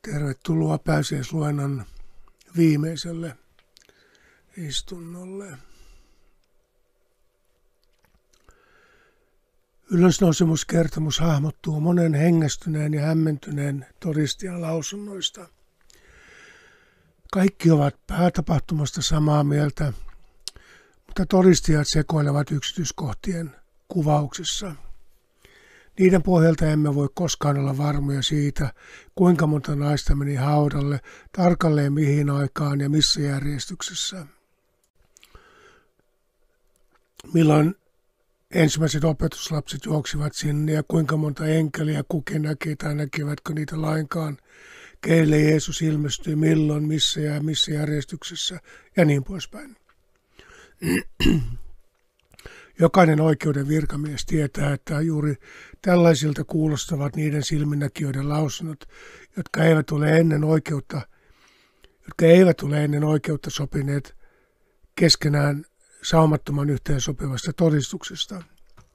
Tervetuloa pääsiäisluennon viimeiselle istunnolle. Ylösnousemuskertomus hahmottuu monen hengästyneen ja hämmentyneen todistajan lausunnoista. Kaikki ovat päätapahtumasta samaa mieltä, mutta todistajat sekoilevat yksityiskohtien kuvauksessa. Niiden pohjalta emme voi koskaan olla varmoja siitä, kuinka monta naista meni haudalle, tarkalleen mihin aikaan ja missä järjestyksessä. Milloin ensimmäiset opetuslapset juoksivat sinne ja kuinka monta enkeliä kukin näki tai näkivätkö niitä lainkaan, keille Jeesus ilmestyi, milloin, missä ja missä järjestyksessä ja niin poispäin. Jokainen oikeuden virkamies tietää, että juuri tällaisilta kuulostavat niiden silminnäkijöiden lausunnot, jotka eivät ole ennen oikeutta sopineet keskenään saumattoman yhteensopivasta todistuksesta.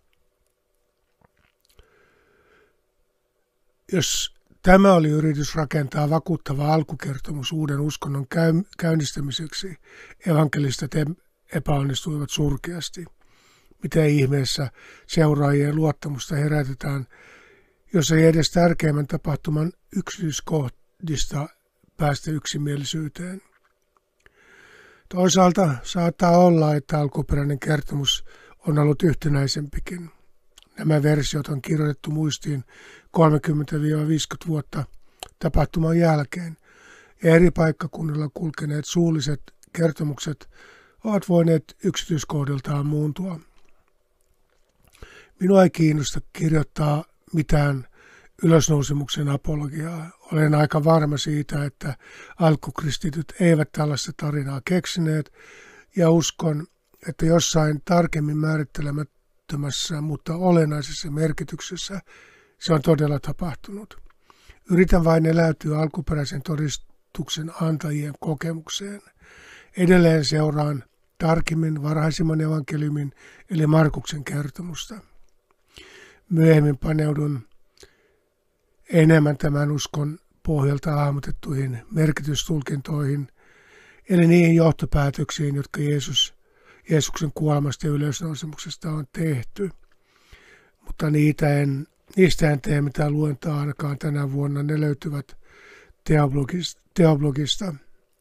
Jos tämä oli yritys rakentaa vakuuttava alkukertomus uuden uskonnon käynnistämiseksi, evankelistat epäonnistuivat surkeasti. Miten ihmeessä seuraajien luottamusta herätetään, jos ei edes tärkeimmän tapahtuman yksityiskohdista päästä yksimielisyyteen. Toisaalta saattaa olla, että alkuperäinen kertomus on ollut yhtenäisempikin. Nämä versiot on kirjoitettu muistiin 30-50 vuotta tapahtuman jälkeen, ja eri paikkakunnilla kulkeneet suulliset kertomukset ovat voineet yksityiskohdiltaan muuntua. Minua ei kiinnosta kirjoittaa mitään ylösnousemuksen apologiaa. Olen aika varma siitä, että alkukristityt eivät tällaista tarinaa keksineet, ja uskon, että jossain tarkemmin määrittelemättömässä, mutta olennaisessa merkityksessä se on todella tapahtunut. Yritän vain eläytyä alkuperäisen todistuksen antajien kokemukseen. Edelleen seuraan tarkemmin varhaisimman evankeliumin eli Markuksen kertomusta. Myöhemmin paneudun enemmän tämän uskon pohjalta hahmotettuihin merkitystulkintoihin, eli niihin johtopäätöksiin, jotka Jeesuksen kuolemasta ja ylösnousemuksesta on tehty. Mutta niistä en tee mitään luentaa ainakaan tänä vuonna. Ne löytyvät Teoblogista.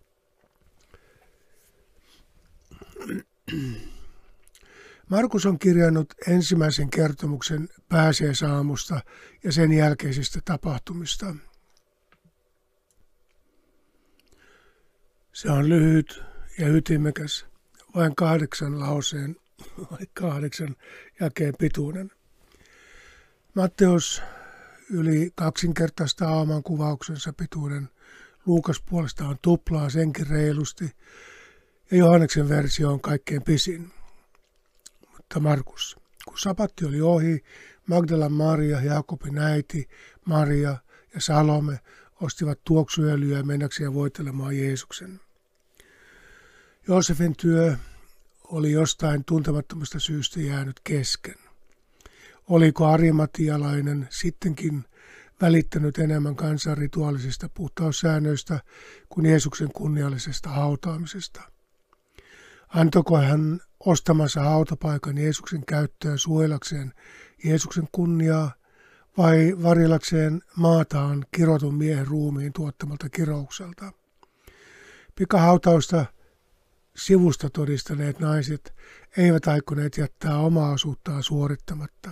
Markus on kirjannut ensimmäisen kertomuksen pääsiäisaamusta ja sen jälkeisistä tapahtumista. Se on lyhyt ja ytimekäs, vain 8 jakeen pituinen. Matteus yli kaksinkertaista aaman kuvauksensa pituuden. Luukas puolestaan tuplaa senkin reilusti ja Johanneksen versio on kaikkein pisin. Mutta Markus, kun sapatti oli ohi, Magdalan Maria, Jaakobin äiti, Maria ja Salome ostivat tuoksuöljyä mennäkseen voitelemaan Jeesuksen. Joosefin työ oli jostain tuntemattomasta syystä jäänyt kesken. Oliko arimatialainen sittenkin välittänyt enemmän kansan rituaalisista puhtaussäännöistä kuin Jeesuksen kunniallisesta hautaamisesta? Antoiko hän ostamansa hautapaikan Jeesuksen käyttöön suojelakseen Jeesuksen kunniaa vai varilakseen maataan kirotun miehen ruumiin tuottamalta kiroukselta? Pikahautausta sivusta todistaneet naiset eivät aikoneet jättää omaa osuuttaan suorittamatta.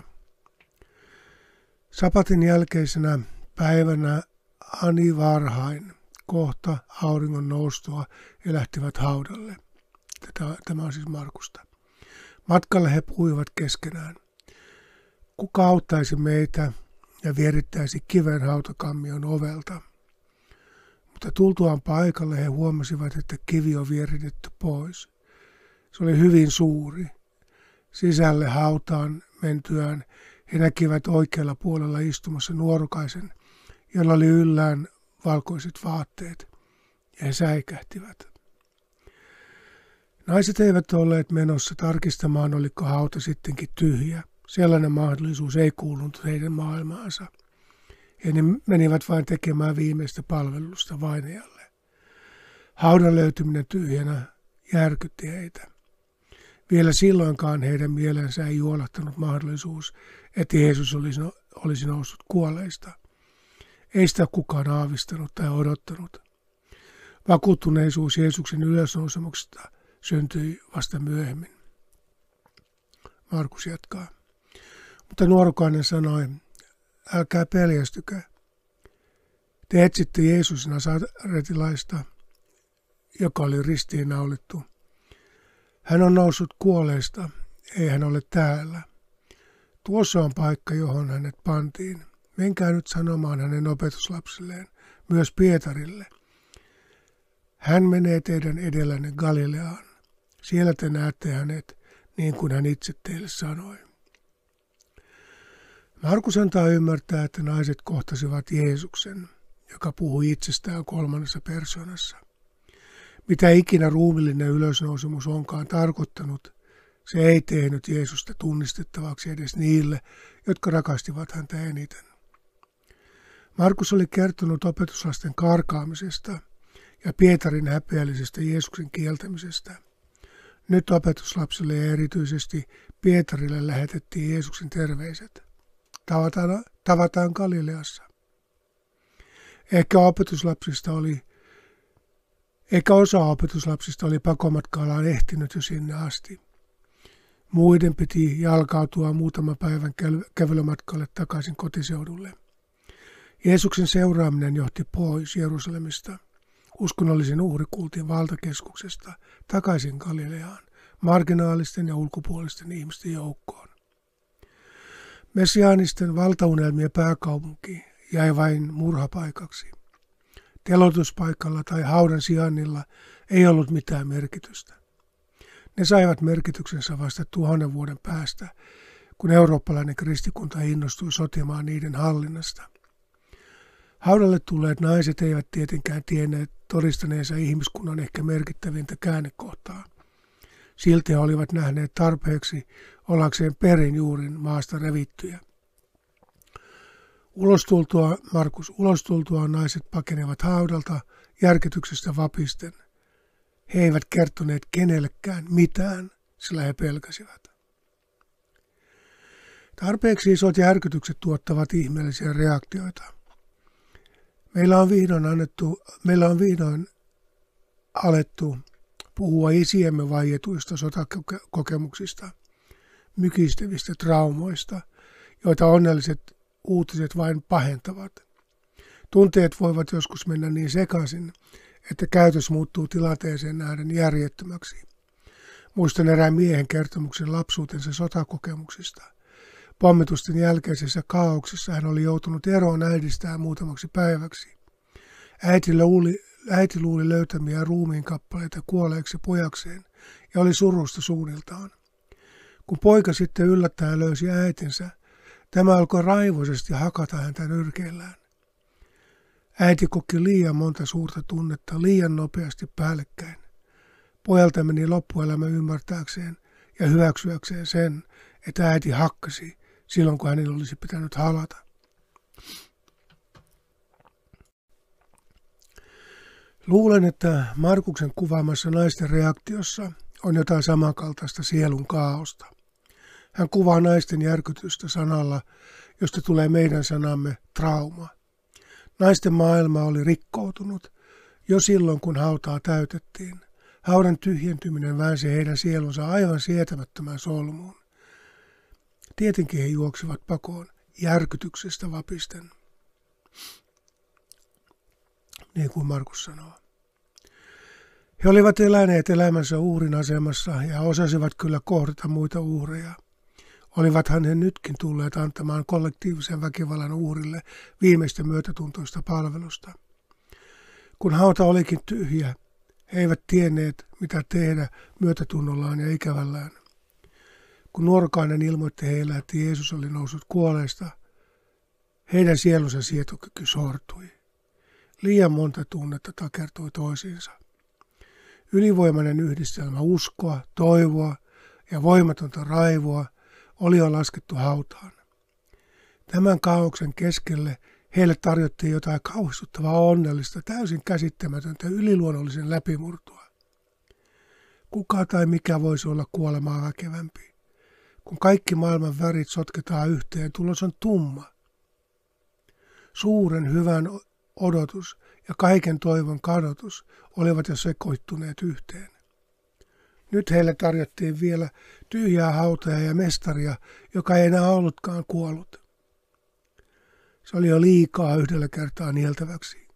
Sapatin jälkeisenä päivänä ani varhain, kohta auringon noustua, he lähtivät haudalle. Tämä on siis Markusta. Matkalla he puhuivat keskenään. Kuka auttaisi meitä ja vierittäisi kiven hautakammion ovelta? Mutta tultuaan paikalle he huomasivat, että kivi on vieritetty pois. Se oli hyvin suuri. Sisälle hautaan mentyään he näkivät oikealla puolella istumassa nuorukaisen, jolla oli yllään valkoiset vaatteet, ja he säikähtivät. Naiset eivät olleet menossa tarkistamaan, oliko hauta sittenkin tyhjä. Sellainen mahdollisuus ei kuulunut heidän maailmaansa. He menivät vain tekemään viimeistä palvelusta vainajalle. Haudan löytyminen tyhjänä järkytti heitä. Vielä silloinkaan heidän mielensä ei juolahtanut mahdollisuus, että Jeesus olisi noussut kuolleista. Ei sitä kukaan aavistanut tai odottanut. Vakuuttuneisuus Jeesuksen ylösnousemuksesta syntyi vasta myöhemmin. Markus jatkaa. Mutta nuorukainen sanoi, älkää peljästykää. Te etsitte Jeesus Nasaretilaista, joka oli ristiinnaulittu. Hän on noussut kuolleista, ei hän ole täällä. Tuossa on paikka, johon hänet pantiin. Menkää nyt sanomaan hänen opetuslapsilleen, myös Pietarille. Hän menee teidän edellänne Galileaan. Siellä te näette hänet, niin kuin hän itse teille sanoi. Markus antaa ymmärtää, että naiset kohtasivat Jeesuksen, joka puhui itsestään kolmannessa persoonassa. Mitä ikinä ruumillinen ylösnousemus onkaan tarkoittanut, se ei tehnyt Jeesusta tunnistettavaksi edes niille, jotka rakastivat häntä eniten. Markus oli kertonut opetuslasten karkaamisesta ja Pietarin häpeällisestä Jeesuksen kieltämisestä. Nyt opetuslapsille ja erityisesti Pietarille lähetettiin Jeesuksen terveiset. Tavataan Galileassa. Ehkä osa opetuslapsista oli pakomatkallaan ehtinyt jo sinne asti. Muiden piti jalkautua muutaman päivän kävelymatkalle takaisin kotiseudulle. Jeesuksen seuraaminen johti pois Jerusalemista, uskonnollisen uhrikultin valtakeskuksesta, takaisin Galileaan, marginaalisten ja ulkopuolisten ihmisten joukkoon. Messiaanisten valtaunelmien pääkaupunki jäi vain murhapaikaksi. Teloituspaikalla tai haudan sijainnilla ei ollut mitään merkitystä. Ne saivat merkityksensä vasta 1000 vuoden päästä, kun eurooppalainen kristikunta innostui sotimaan niiden hallinnasta. Haudalle tulleet naiset eivät tietenkään tienneet todistaneensa ihmiskunnan ehkä merkittävintä käännekohtaa. Silti he olivat nähneet tarpeeksi ollakseen perin juurin maasta revittyjä. Ulostultuaan naiset pakenevat haudalta järkytyksestä vapisten. He eivät kertoneet kenellekään mitään, sillä he pelkäsivät. Tarpeeksi isot järkytykset tuottavat ihmeellisiä reaktioita. Meillä on vihdoin alettu puhua isiemme vaietuista sotakokemuksista, mykistävistä traumoista, joita onnelliset uutiset vain pahentavat. Tunteet voivat joskus mennä niin sekaisin, että käytös muuttuu tilanteeseen nähden järjettömäksi. Muistan erään miehen kertomuksen lapsuutensa sotakokemuksista. Pommitusten jälkeisessä kaauksessa hän oli joutunut eroon äidistään muutamaksi päiväksi. Äiti luuli löytämiä ruumiinkappaleita kuolleeksi pojakseen ja oli surusta suunniltaan. Kun poika sitten yllättäen löysi äitinsä, tämä alkoi raivoisesti hakata häntä nyrkeillään. Äiti koki liian monta suurta tunnetta liian nopeasti päällekkäin. Pojalta meni loppuelämä ymmärtääkseen ja hyväksyäkseen sen, että äiti hakkasi silloin, kun hänen olisi pitänyt halata. Luulen, että Markuksen kuvaamassa naisten reaktiossa on jotain samankaltaista sielun kaaosta. Hän kuvaa naisten järkytystä sanalla, josta tulee meidän sanamme trauma. Naisten maailma oli rikkoutunut jo silloin, kun hautaa täytettiin. Haudan tyhjentyminen väänsi heidän sielunsa aivan sietämättömään solmuun. Tietenkin he juoksivat pakoon järkytyksestä vapisten, niin kuin Markus sanoo. He olivat eläneet elämänsä uhrin asemassa ja osasivat kyllä kohdata muita uhreja. Olivathan he nytkin tulleet antamaan kollektiivisen väkivallan uhrille viimeistä myötätuntoista palvelusta. Kun hauta olikin tyhjä, he eivät tienneet, mitä tehdä myötätunnollaan ja ikävällään. Kun nuorukainen ilmoitti heille, että Jeesus oli noussut kuolleista, heidän sielunsa sietokyky sortui. Liian monta tunnetta takertui toisiinsa. Ylivoimainen yhdistelmä uskoa, toivoa ja voimatonta raivoa oli jo laskettu hautaan. Tämän kaaoksen keskelle Heille tarjottiin jotain kauhistuttavaa onnellista, täysin käsittämätöntä yliluonnollisen läpimurtoa. Kuka tai mikä voisi olla kuolemaa väkevämpi? Kun kaikki maailman värit sotketaan yhteen, tulos on tumma. Suuren hyvän odotus ja kaiken toivon kadotus olivat jo sekoittuneet yhteen. Nyt heille tarjottiin vielä tyhjää hautaa ja mestaria, joka ei enää ollutkaan kuollut. Se oli jo liikaa yhdellä kertaa nieltäväksi.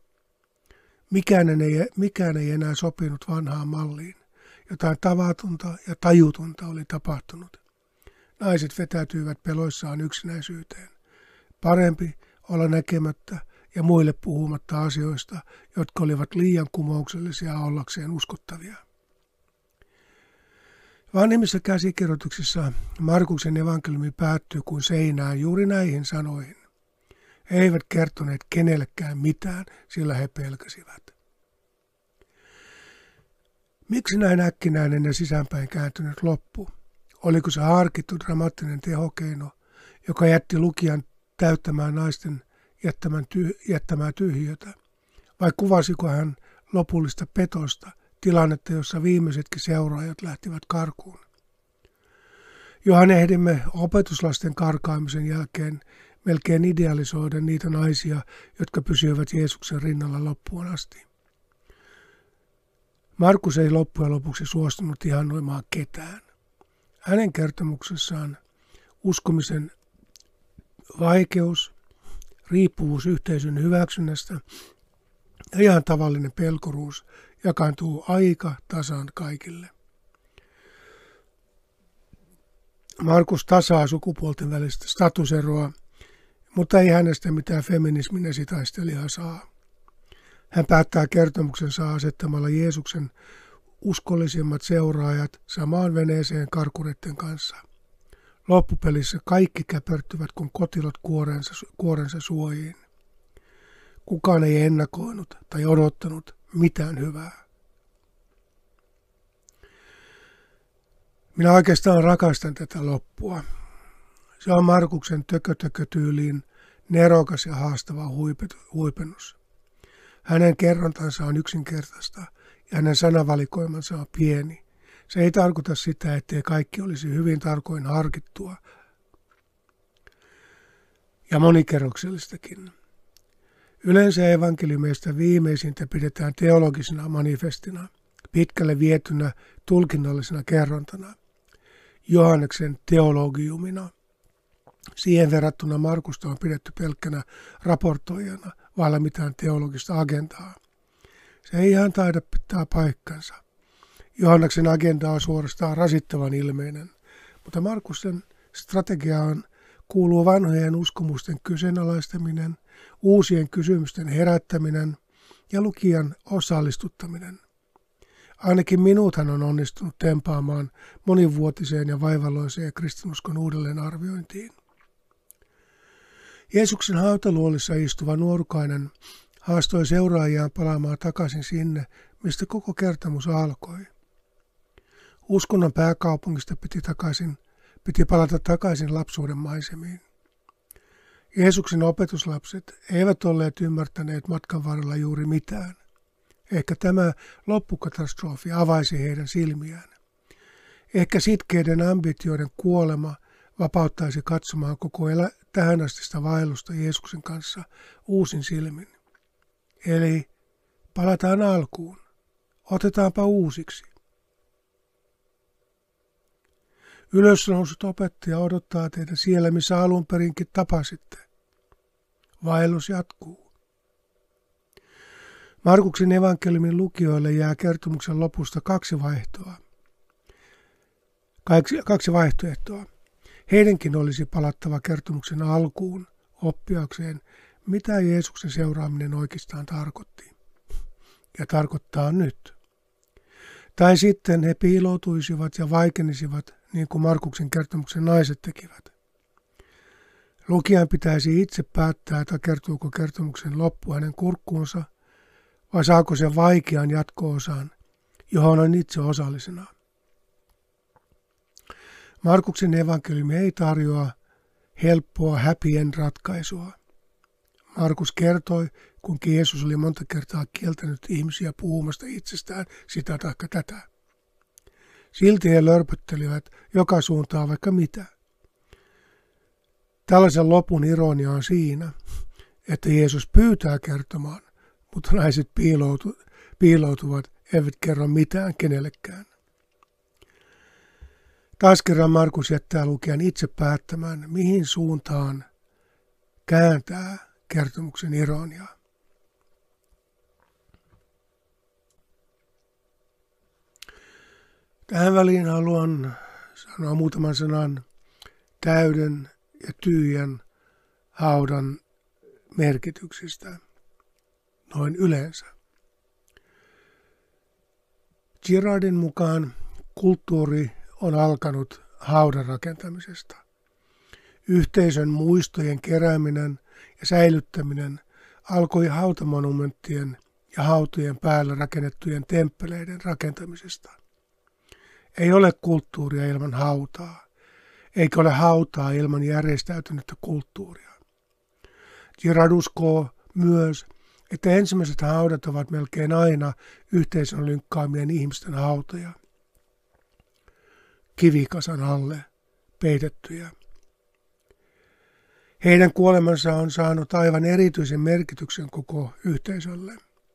Mikään ei enää sopinut vanhaan malliin. Jotain tavatonta ja tajutonta oli tapahtunut. Naiset vetäytyivät peloissaan yksinäisyyteen. Parempi olla näkemättä ja muille puhumatta asioista, jotka olivat liian kumouksellisia ollakseen uskottavia. Vanhimmissa käsikirjoituksissa Markuksen evankeliumi päättyy kuin seinään juuri näihin sanoihin. He eivät kertoneet kenellekään mitään, sillä he pelkäsivät. Miksi näin äkkinäinen ja sisäänpäin kääntynyt loppu? Oliko se harkittu dramaattinen tehokeino, joka jätti lukijan täyttämään naisten jättämää tyhjötä? Vai kuvasiko hän lopullista petosta, tilannetta, jossa viimeisetkin seuraajat lähtivät karkuun? Johan ehdimme opetuslasten karkaamisen jälkeen melkein idealisoida niitä naisia, jotka pysyivät Jeesuksen rinnalla loppuun asti. Markus ei loppujen lopuksi suostunut ihannoimaan ketään. Hänen kertomuksessaan uskomisen vaikeus, riippuvuus yhteisön hyväksynnästä ja ihan tavallinen pelkuruus jakaantuu aika tasan kaikille. Markus tasaa sukupuolten välistä statuseroa, mutta ei hänestä mitään feminismin esitaistelijaa saa. Hän päättää kertomuksensa asettamalla Jeesuksen uskollisimmat seuraajat samaan veneeseen karkureiden kanssa. Loppupelissä kaikki käpertyvät kuin kotilot kuorensa suojiin. Kukaan ei ennakoinut tai odottanut mitään hyvää. Minä oikeastaan rakastan tätä loppua. Se on Markuksen tökötyyliin nerokas ja haastava huipennus. Hänen kerrontansa on yksinkertaista ja hänen sanavalikoimansa on pieni. Se ei tarkoita sitä, ettei kaikki olisi hyvin tarkoin harkittua ja monikerroksellistakin. Yleensä evankeliumeista viimeisintä pidetään teologisena manifestina, pitkälle vietynä tulkinnallisena kerrontana, Johanneksen teologiumina. Siihen verrattuna Markusta on pidetty pelkkänä raportoijana, vailla mitään teologista agendaa. Se ei ihan taida pitää paikkansa. Johanneksen agenda on suorastaan rasittavan ilmeinen, mutta Markusen strategiaan kuuluu vanhojen uskomusten kyseenalaistaminen, uusien kysymysten herättäminen ja lukijan osallistuttaminen. Ainakin minut hän on onnistunut tempaamaan monivuotiseen ja vaivalloiseen kristinuskon uudelleenarviointiin. Jeesuksen hautaluolissa istuva nuorukainen haastoi seuraajiaan palaamaan takaisin sinne, mistä koko kertomus alkoi. Uskonnon pääkaupungista piti palata takaisin lapsuuden maisemiin. Jeesuksen opetuslapset eivät olleet ymmärtäneet matkan varrella juuri mitään. Ehkä tämä loppukatastrofi avaisi heidän silmiään. Ehkä sitkeiden ambitioiden kuolema vapauttaisi katsomaan koko tähänastista vaellusta Jeesuksen kanssa uusin silmin. Eli palataan alkuun. Otetaanpa uusiksi. Ylösnousut opettaja odottaa teitä siellä, missä alun perinkin tapasitte. Vaellus jatkuu. Markuksen evankeliumin lukijoille jää kertomuksen lopusta kaksi vaihtoehtoa. Heidänkin olisi palattava kertomuksen alkuun oppiakseen, mitä Jeesuksen seuraaminen oikeastaan tarkoitti. Ja tarkoittaa nyt. Tai sitten he piiloutuisivat ja vaikenisivat, niin kuin Markuksen kertomuksen naiset tekivät. Lukijan pitäisi itse päättää, että kertooko kertomuksen loppu hänen kurkkuunsa, vai saako se vaikean jatko-osan, johon on itse osallisena. Markuksen evankeliumi ei tarjoa helppoa happy end ratkaisua. Markus kertoi, kuinka Jeesus oli monta kertaa kieltänyt ihmisiä puhumasta itsestään sitä tai tätä. Silti he lörpöttelivät joka suuntaan vaikka mitä. Tällaisen lopun ironia on siinä, että Jeesus pyytää kertomaan, mutta naiset piiloutuvat, eivät kerro mitään kenellekään. Taas kerran Markus jättää lukijan itse päättämään, mihin suuntaan kääntää kertomuksen ironiaa. Tähän väliin haluan sanoa muutaman sanan täyden ja tyhjän haudan merkityksistä noin yleensä. Girardin mukaan kulttuuri on alkanut haudan rakentamisesta. Yhteisön muistojen kerääminen ja säilyttäminen alkoi hautamonumenttien ja hautojen päällä rakennettujen temppeleiden rakentamisesta. Ei ole kulttuuria ilman hautaa, eikä ole hautaa ilman järjestäytynyttä kulttuuria. Girard uskoo myös, että ensimmäiset haudat ovat melkein aina yhteisön lynkkaamien ihmisten hautoja, kivikasan alle peitettyjä. Heidän kuolemansa on saanut aivan erityisen merkityksen koko yhteisölle.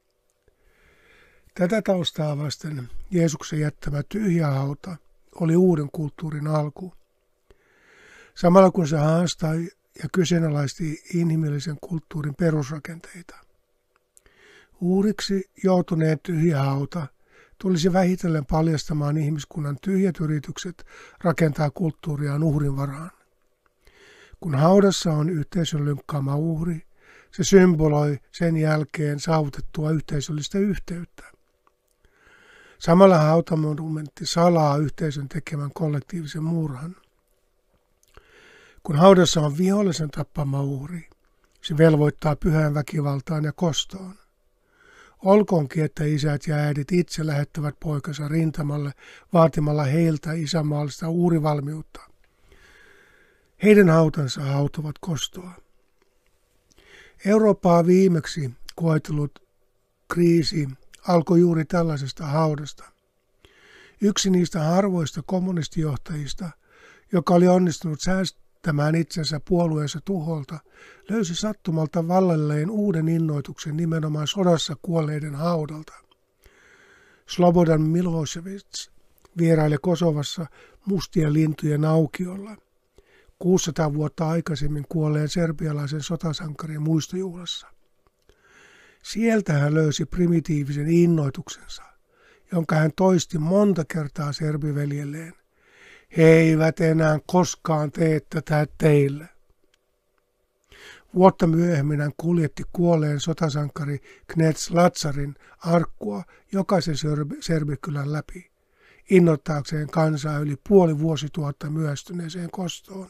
Tätä taustaa vasten Jeesuksen jättämä tyhjä hauta oli uuden kulttuurin alku. Samalla kun se haastai ja kyseenalaisti inhimillisen kulttuurin perusrakenteita. Uhriksi joutuneen tyhjä hauta tulisi vähitellen paljastamaan ihmiskunnan tyhjät yritykset rakentaa kulttuuriaan uhrin varaan. Kun haudassa on yhteisön lynkkaama uhri, se symboloi sen jälkeen saavutettua yhteisöllistä yhteyttä. Samalla hautamonumentti salaa yhteisön tekemän kollektiivisen murhan. Kun haudassa on vihollisen tappama uhri, se velvoittaa pyhään väkivaltaan ja kostoon. Olkoonkin, että isät ja äidit itse lähettävät poikansa rintamalle vaatimalla heiltä isänmaallista uhrivalmiutta. Heidän hautansa hautuvat kostoa. Eurooppaa viimeksi koetellut kriisi alkoi juuri tällaisesta haudasta. Yksi niistä harvoista kommunistijohtajista, joka oli onnistunut säästämään itsensä puolueensa tuholta, löysi sattumalta vallalleen uuden innoituksen nimenomaan sodassa kuolleiden haudalta. Slobodan Milošević vieraili Kosovassa mustien lintujen aukiolla 600 vuotta aikaisemmin kuolleen serbialaisen sotasankarin muistojuhlassa. Sieltä hän löysi primitiivisen innoituksensa, jonka hän toisti monta kertaa serbiveljelleen. He eivät enää koskaan tee tätä teille. Vuotta myöhemmin hän kuljetti kuolleen sotasankari Knez Lazarin arkkua jokaisen serbikylän läpi, innoittaakseen kansaa yli puoli vuosituhatta myöhästyneeseen kostoon.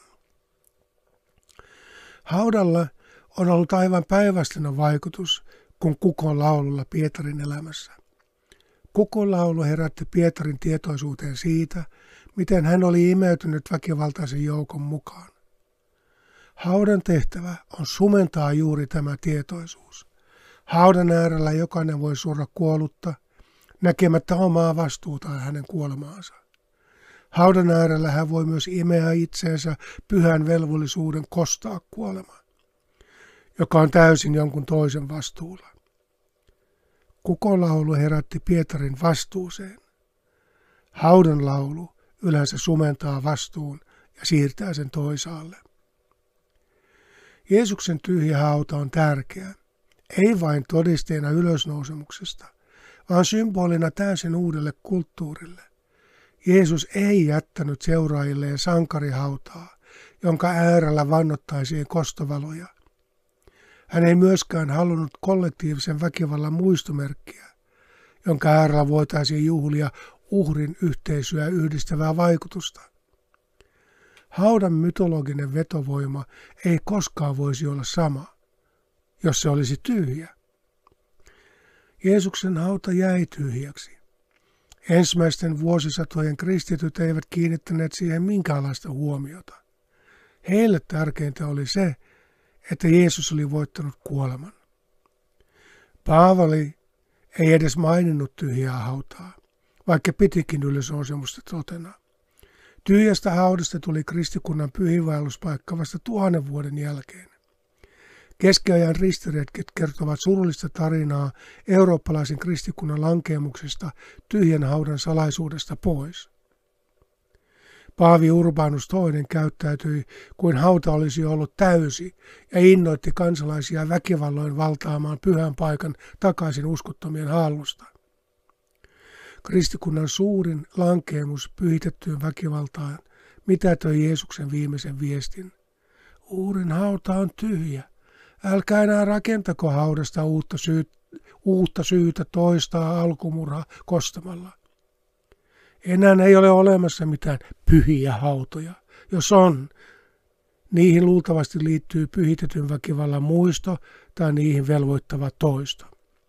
Haudalla on ollut aivan päinvastainen vaikutus kuin Kukon laululla Pietarin elämässä. Kukon laulu herätti Pietarin tietoisuuteen siitä, miten hän oli imeytynyt väkivaltaisen joukon mukaan. Haudan tehtävä on sumentaa juuri tämä tietoisuus. Haudan äärellä jokainen voi surra kuollutta, näkemättä omaa vastuutaan hänen kuolemaansa. Haudan äärellä hän voi myös imeä itseensä pyhän velvollisuuden kostaa kuolema, joka on täysin jonkun toisen vastuulla. Kukon laulu herätti Pietarin vastuuseen. Haudan laulu yleensä sumentaa vastuun ja siirtää sen toisaalle. Jeesuksen tyhjä hauta on tärkeä, ei vain todisteena ylösnousemuksesta, vaan symbolina täysin uudelle kulttuurille. Jeesus ei jättänyt seuraajilleen sankarihautaa, jonka äärellä vannottaisiin kostovaloja. Hän ei myöskään halunnut kollektiivisen väkivallan muistomerkkiä, jonka äärellä voitaisiin juhlia uhrin yhteisöä yhdistävää vaikutusta. Haudan mytologinen vetovoima ei koskaan voisi olla sama, jos se olisi tyhjä. Jeesuksen hauta jäi tyhjäksi. Ensimmäisten vuosisatojen kristityt eivät kiinnittäneet siihen minkäänlaista huomiota. Heille tärkeintä oli se, että Jeesus oli voittanut kuoleman. Paavali ei edes maininnut tyhjää hautaa, vaikka pitikin ylösnousemusta totena. Tyhjästä haudasta tuli kristikunnan pyhiinvaelluspaikka vasta 1000 vuoden jälkeen. Keskiajan ristiretket kertovat surullista tarinaa eurooppalaisen kristikunnan lankeemuksesta tyhjän haudan salaisuudesta pois. Paavi Urbanus II käyttäytyi kuin hauta olisi ollut täysi ja innoitti kansalaisia väkivalloin valtaamaan pyhän paikan takaisin uskottomien hallusta. Kristikunnan suurin lankeemus pyhitettyyn väkivaltaan mitätöi Jeesuksen viimeisen viestin. Uurin hauta on tyhjä. Älkää enää rakentako haudasta uutta syytä toistaa alkumurha kostamalla. Enää ei ole olemassa mitään pyhiä hautoja. Jos on, niihin luultavasti liittyy pyhitetyn väkivallan muisto tai niihin velvoittava toisto.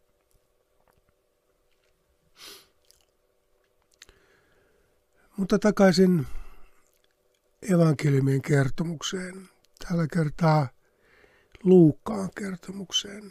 Mutta takaisin evankeliumien kertomukseen. Tällä kertaa Luukkaan kertomukseen.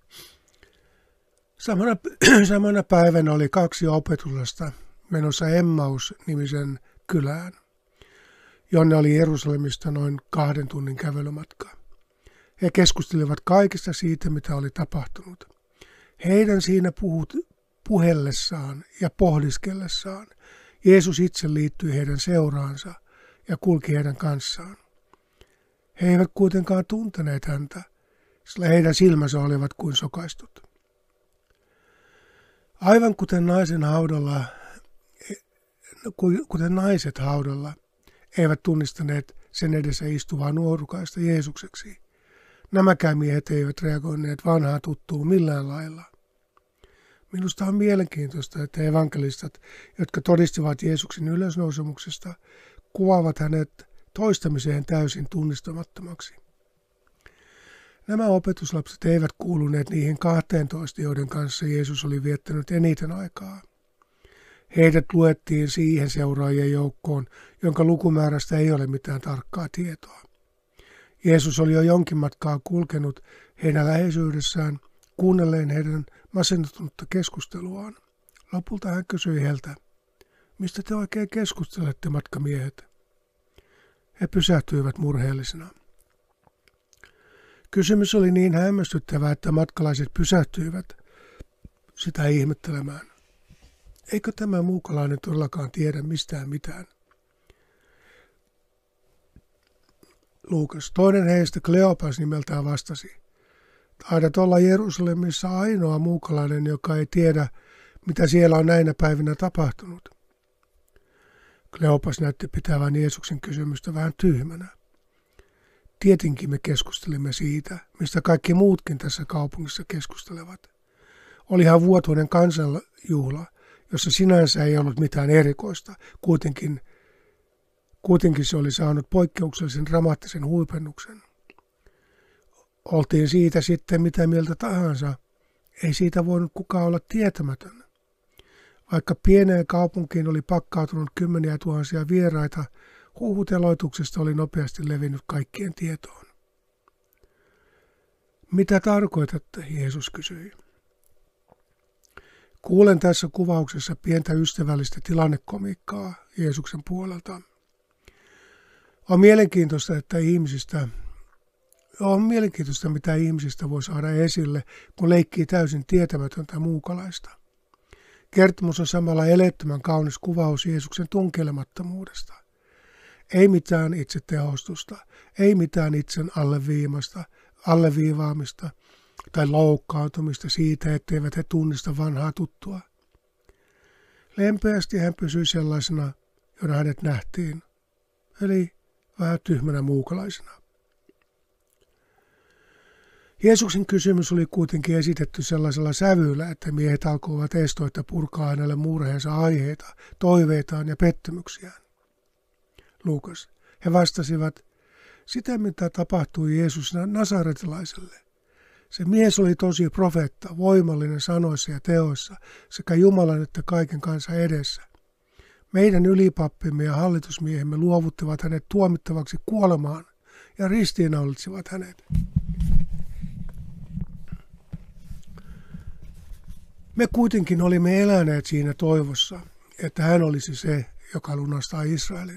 Samana päivänä oli 2 opetuslasta menossa Emmaus-nimisen kylään, jonne oli Jerusalemista noin 2 tunnin kävelymatka. He keskustelivat kaikesta siitä, mitä oli tapahtunut. Heidän siinä puhellessaan ja pohdiskellessaan Jeesus itse liittyi heidän seuraansa ja kulki heidän kanssaan. He eivät kuitenkaan tunteneet häntä, sillä heidän silmänsä olivat kuin sokaistut. Aivan kuten naiset haudalla eivät tunnistaneet sen edessä istuvaa nuorukaista Jeesukseksi, nämäkään miehet eivät reagoineet vanhaan tuttuun millään lailla. Minusta on mielenkiintoista, että evankelistat, jotka todistivat Jeesuksen ylösnousemuksesta, kuvaavat hänet toistamiseen täysin tunnistamattomaksi. Nämä opetuslapset eivät kuuluneet niihin 12, joiden kanssa Jeesus oli viettänyt eniten aikaa. Heidät luettiin siihen seuraajien joukkoon, jonka lukumäärästä ei ole mitään tarkkaa tietoa. Jeesus oli jo jonkin matkaa kulkenut heidän läheisyydessään, kuunnelleen heidän masentunutta keskusteluaan. Lopulta hän kysyi heiltä, mistä te oikein keskustelette, matkamiehet? He pysähtyivät murheellisena. Kysymys oli niin hämmästyttävä, että matkalaiset pysähtyivät sitä ihmettelemään. Eikö tämä muukalainen todellakaan tiedä mistään mitään? Luukas, toinen heistä Kleopas nimeltään vastasi. Taidat olla Jerusalemissa ainoa muukalainen, joka ei tiedä, mitä siellä on näinä päivinä tapahtunut. Kleopas näytti pitävän Jeesuksen kysymystä vähän tyhmänä. Tietenkin me keskustelimme siitä, mistä kaikki muutkin tässä kaupungissa keskustelevat. Olihan vuotuinen kansanjuhla, jossa sinänsä ei ollut mitään erikoista. Kuitenkin se oli saanut poikkeuksellisen dramaattisen huipennuksen. Oltiin siitä sitten mitä mieltä tahansa, ei siitä voinut kukaan olla tietämätön. Vaikka pieneen kaupunkiin oli pakkautunut 10 000 vieraita, huhu teloituksesta oli nopeasti levinnyt kaikkien tietoon. Mitä tarkoitatte, Jeesus kysyi. Kuulen tässä kuvauksessa pientä ystävällistä tilannekomiikkaa Jeesuksen puolelta. On mielenkiintoista, mitä ihmisistä voi saada esille, kun leikkii täysin tietämätöntä muukalaista. Kertomus on samalla elettömän kaunis kuvaus Jeesuksen tunkelemattomuudesta. Ei mitään itsetehostusta, ei mitään itsen alleviivaamista tai loukkaantumista siitä, etteivät he tunnista vanhaa tuttua. Lempeästi hän pysyi sellaisena, jona hänet nähtiin, eli vähän tyhmänä muukalaisena. Jeesuksen kysymys oli kuitenkin esitetty sellaisella sävyllä, että miehet alkoivat estoitta purkaa hänelle murheensa aiheita, toiveitaan ja pettymyksiään. Luukas. He vastasivat, sitä mitä tapahtui Jeesus nasaretilaiselle. Se mies oli tosi profeetta, voimallinen sanoissa ja teoissa, sekä Jumalan että kaiken kansan edessä. Meidän ylipappimme ja hallitusmiehemme luovuttivat hänet tuomittavaksi kuolemaan ja ristiinnaulitsivat hänet. Me kuitenkin olimme eläneet siinä toivossa, että hän olisi se, joka lunastaa Israelin.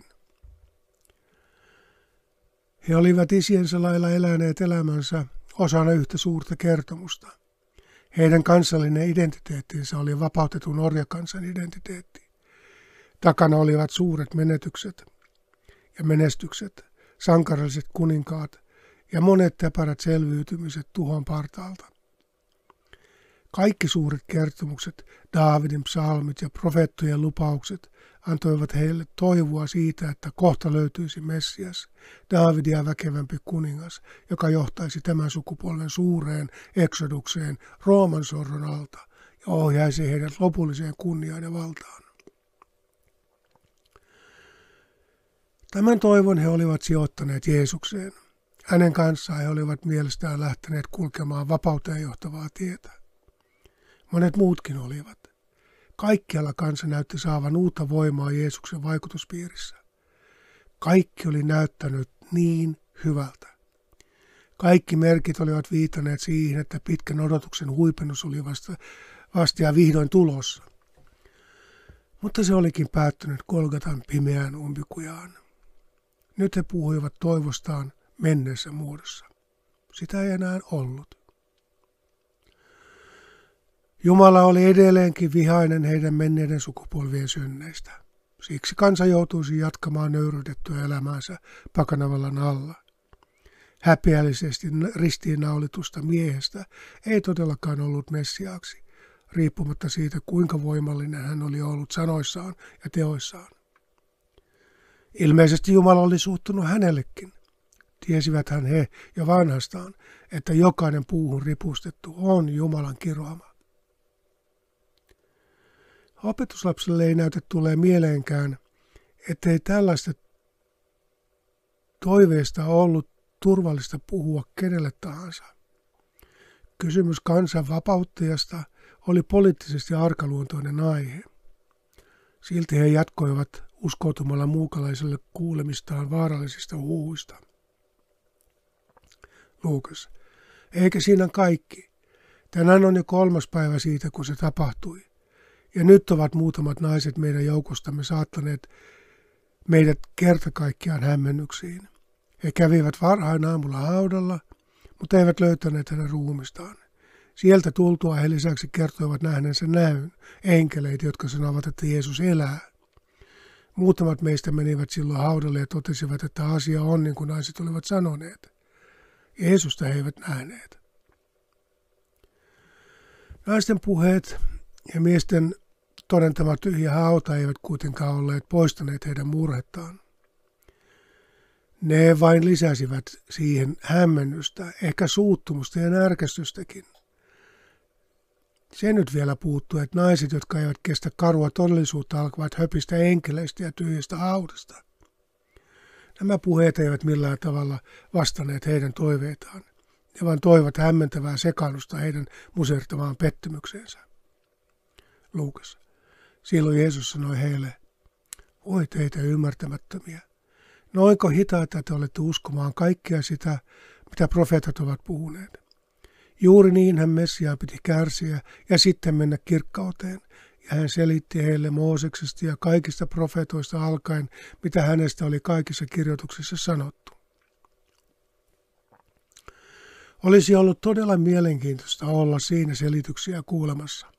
He olivat isiensä lailla eläneet elämänsä osana yhtä suurta kertomusta. Heidän kansallinen identiteettinsä oli vapautetun orjakansan identiteetti. Takana olivat suuret menetykset ja menestykset, sankaralliset kuninkaat ja monet täpärät selviytymiset tuhon partaalta. Kaikki suuret kertomukset, Daavidin psalmit ja profeettojen lupaukset antoivat heille toivoa siitä, että kohta löytyisi Messias, Daavidia väkevämpi kuningas, joka johtaisi tämän sukupolven suureen eksodukseen Rooman sorron alta ja ohjaisi heidät lopulliseen kunniaan ja valtaan. Tämän toivon he olivat sijoittaneet Jeesukseen. Hänen kanssaan he olivat mielestään lähteneet kulkemaan vapauteen johtavaa tietä. Monet muutkin olivat. Kaikkialla kansa näytti saavan uutta voimaa Jeesuksen vaikutuspiirissä. Kaikki oli näyttänyt niin hyvältä. Kaikki merkit olivat viitanneet siihen, että pitkän odotuksen huipennus oli vasta ja vihdoin tulossa. Mutta se olikin päättynyt Golgatan pimeään umpikujaan. Nyt he puhuivat toivostaan menneessä muodossa. Sitä ei enää ollut. Jumala oli edelleenkin vihainen heidän menneiden sukupolvien synneistä. Siksi kansa joutuisi jatkamaan nöyryytettyä elämäänsä pakanavallan alla. Häpeällisesti ristiinnaulitusta miehestä ei todellakaan ollut Messiaaksi, riippumatta siitä, kuinka voimallinen hän oli ollut sanoissaan ja teoissaan. Ilmeisesti Jumala oli suuttunut hänellekin. Tiesiväthän he jo vanhastaan, että jokainen puuhun ripustettu on Jumalan kiroama. Opetuslapsille ei näytä tulee mieleenkään, ettei tällaista toiveesta ollut turvallista puhua kenelle tahansa. Kysymys kansan vapauttajasta oli poliittisesti arkaluontoinen aihe. Silti he jatkoivat uskoutumalla muukalaiselle kuulemistaan vaarallisista huhuista. Luukas, eikä siinä kaikki. Tänään on jo 3. päivä siitä, kun se tapahtui. Ja nyt ovat muutamat naiset meidän joukostamme saattaneet meidät kerta kaikkiaan hämmennyksiin. He kävivät varhain aamulla haudalla, mutta eivät löytäneet hänen ruumistaan. Sieltä tultua he lisäksi kertoivat nähneensä näyn, enkeleitä, jotka sanovat, että Jeesus elää. Muutamat meistä menivät silloin haudalle ja totesivat, että asia on niin kuin naiset olivat sanoneet. Jeesusta he eivät nähneet. Naisten puheet ja miesten todentama tyhjä hauta eivät kuitenkaan olleet poistaneet heidän murhettaan. Ne vain lisäsivät siihen hämmennystä, ehkä suuttumusta ja närkästystäkin. Se nyt vielä puuttuu, että naiset, jotka eivät kestä karua todellisuutta, alkavat höpistä enkeleistä ja tyhjistä haudasta. Nämä puheet eivät millään tavalla vastanneet heidän toiveitaan. Ne vain toivat hämmentävää sekaannusta heidän musertamaan pettymykseensä. Luukas. Silloin Jeesus sanoi heille, voi teitä ymmärtämättömiä. Noinko hitaita te olette uskomaan kaikkea sitä, mitä profeetat ovat puhuneet? Juuri niin hän Messiaan piti kärsiä ja sitten mennä kirkkauteen. Ja hän selitti heille Mooseksesta ja kaikista profeetoista alkaen, mitä hänestä oli kaikissa kirjoituksissa sanottu. Olisi ollut todella mielenkiintoista olla siinä selityksiä kuulemassa.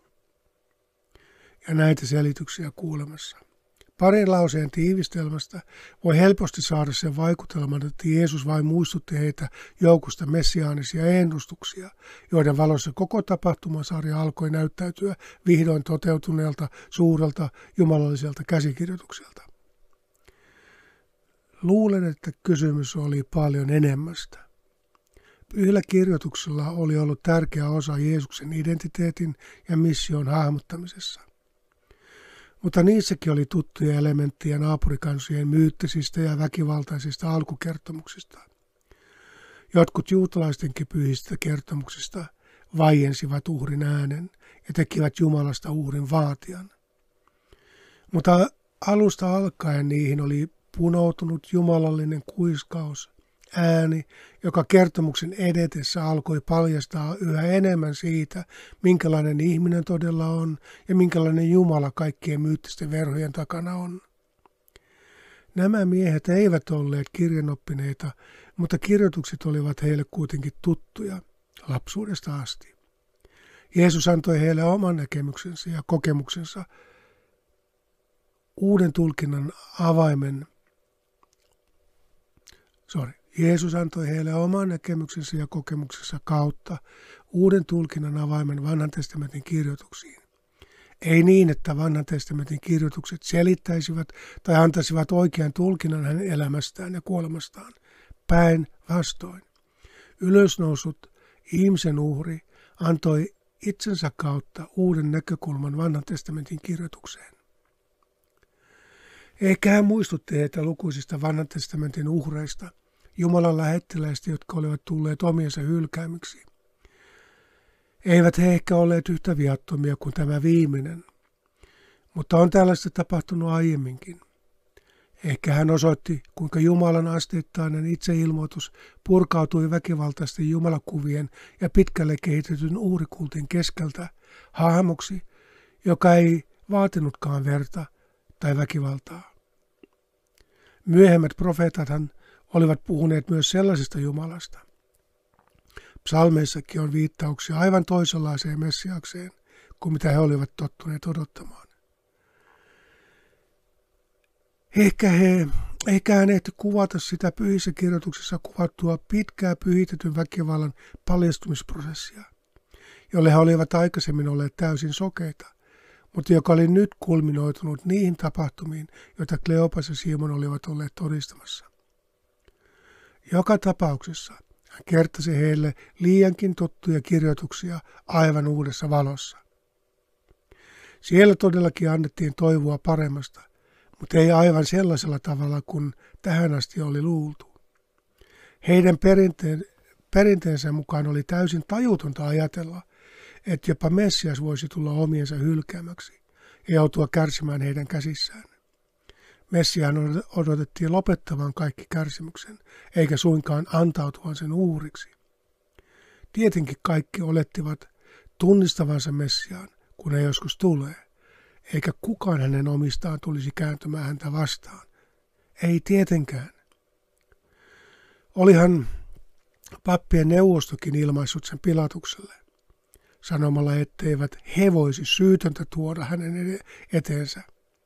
Ja näitä selityksiä kuulemassa. Parin lauseen tiivistelmästä voi helposti saada sen vaikutelman, että Jeesus vain muistutti heitä joukosta messiaanisia ennustuksia, joiden valossa koko tapahtumasarja alkoi näyttäytyä vihdoin toteutuneelta suurelta jumalalliselta käsikirjoitukselta. Luulen, että kysymys oli paljon enemmästä. Pyhillä kirjoituksilla oli ollut tärkeä osa Jeesuksen identiteetin ja mission hahmottamisessa. Mutta niissäkin oli tuttuja elementtejä naapurikansien myyttisistä ja väkivaltaisista alkukertomuksista. Jotkut juutalaistenkin pyhistä kertomuksista vaiensivat uhrin äänen ja tekivät Jumalasta uhrin vaatijan. Mutta alusta alkaen niihin oli punoutunut jumalallinen kuiskaus ääni, joka kertomuksen edetessä alkoi paljastaa yhä enemmän siitä, minkälainen ihminen todella on ja minkälainen Jumala kaikkien myyttisten verhojen takana on. Nämä miehet eivät olleet kirjanoppineita, mutta kirjoitukset olivat heille kuitenkin tuttuja lapsuudesta asti. Jeesus antoi heille oman näkemyksensä ja kokemuksensa uuden tulkinnan avaimen. Jeesus antoi heille oman näkemyksensä ja kokemuksensa kautta uuden tulkinnan avaimen Vanhan testamentin kirjoituksiin. Ei niin, että Vanhan testamentin kirjoitukset selittäisivät tai antaisivat oikean tulkinnan hänen elämästään ja kuolemastaan. Päinvastoin. Ylösnousut ihmisen uhri antoi itsensä kautta uuden näkökulman Vanhan testamentin kirjoitukseen. Ehkä hän muistutti heitä lukuisista Vanhan testamentin uhreista, Jumalan lähettiläistä, jotka olivat tulleet omiensa hylkäämiksi. Eivät he ehkä olleet yhtä viattomia kuin tämä viimeinen, mutta on tällaista tapahtunut aiemminkin. Ehkä hän osoitti, kuinka Jumalan asteittainen itseilmoitus purkautui väkivaltaisten jumalakuvien ja pitkälle kehitetyn uhrikultin keskeltä hahmoksi, joka ei vaatinutkaan verta tai väkivaltaa. Myöhemmät profeetathan olivat puhuneet myös sellaisesta Jumalasta. Psalmeissakin on viittauksia aivan toisenlaiseen Messiakseen kuin mitä he olivat tottuneet odottamaan. Ehkä hän ehti kuvata sitä pyhissä kirjoituksissa kuvattua pitkää pyhitetyn väkivallan paljastumisprosessia, jolle he olivat aikaisemmin olleet täysin sokeita, mutta joka oli nyt kulminoitunut niihin tapahtumiin, joita Kleopas ja Simon olivat olleet todistamassa. Joka tapauksessa hän kertasi heille liiankin tuttuja kirjoituksia aivan uudessa valossa. Siellä todellakin annettiin toivoa paremmasta, mutta ei aivan sellaisella tavalla kuin tähän asti oli luultu. Heidän perinteensä mukaan oli täysin tajutonta ajatella, että jopa Messias voisi tulla omiensa hylkäämäksi ja joutua kärsimään heidän käsissään. Messiaan odotettiin lopettavan kaikki kärsimyksen, eikä suinkaan antautuvan sen uhriksi. Tietenkin kaikki olettivat tunnistavansa Messiaan, kun hän joskus tulee, eikä kukaan hänen omistaan tulisi kääntymään häntä vastaan. Ei tietenkään. Olihan pappien neuvostokin ilmaissut sen Pilatukselle, sanomalla, etteivät he voisi syytöntä tuoda hänen eteensä.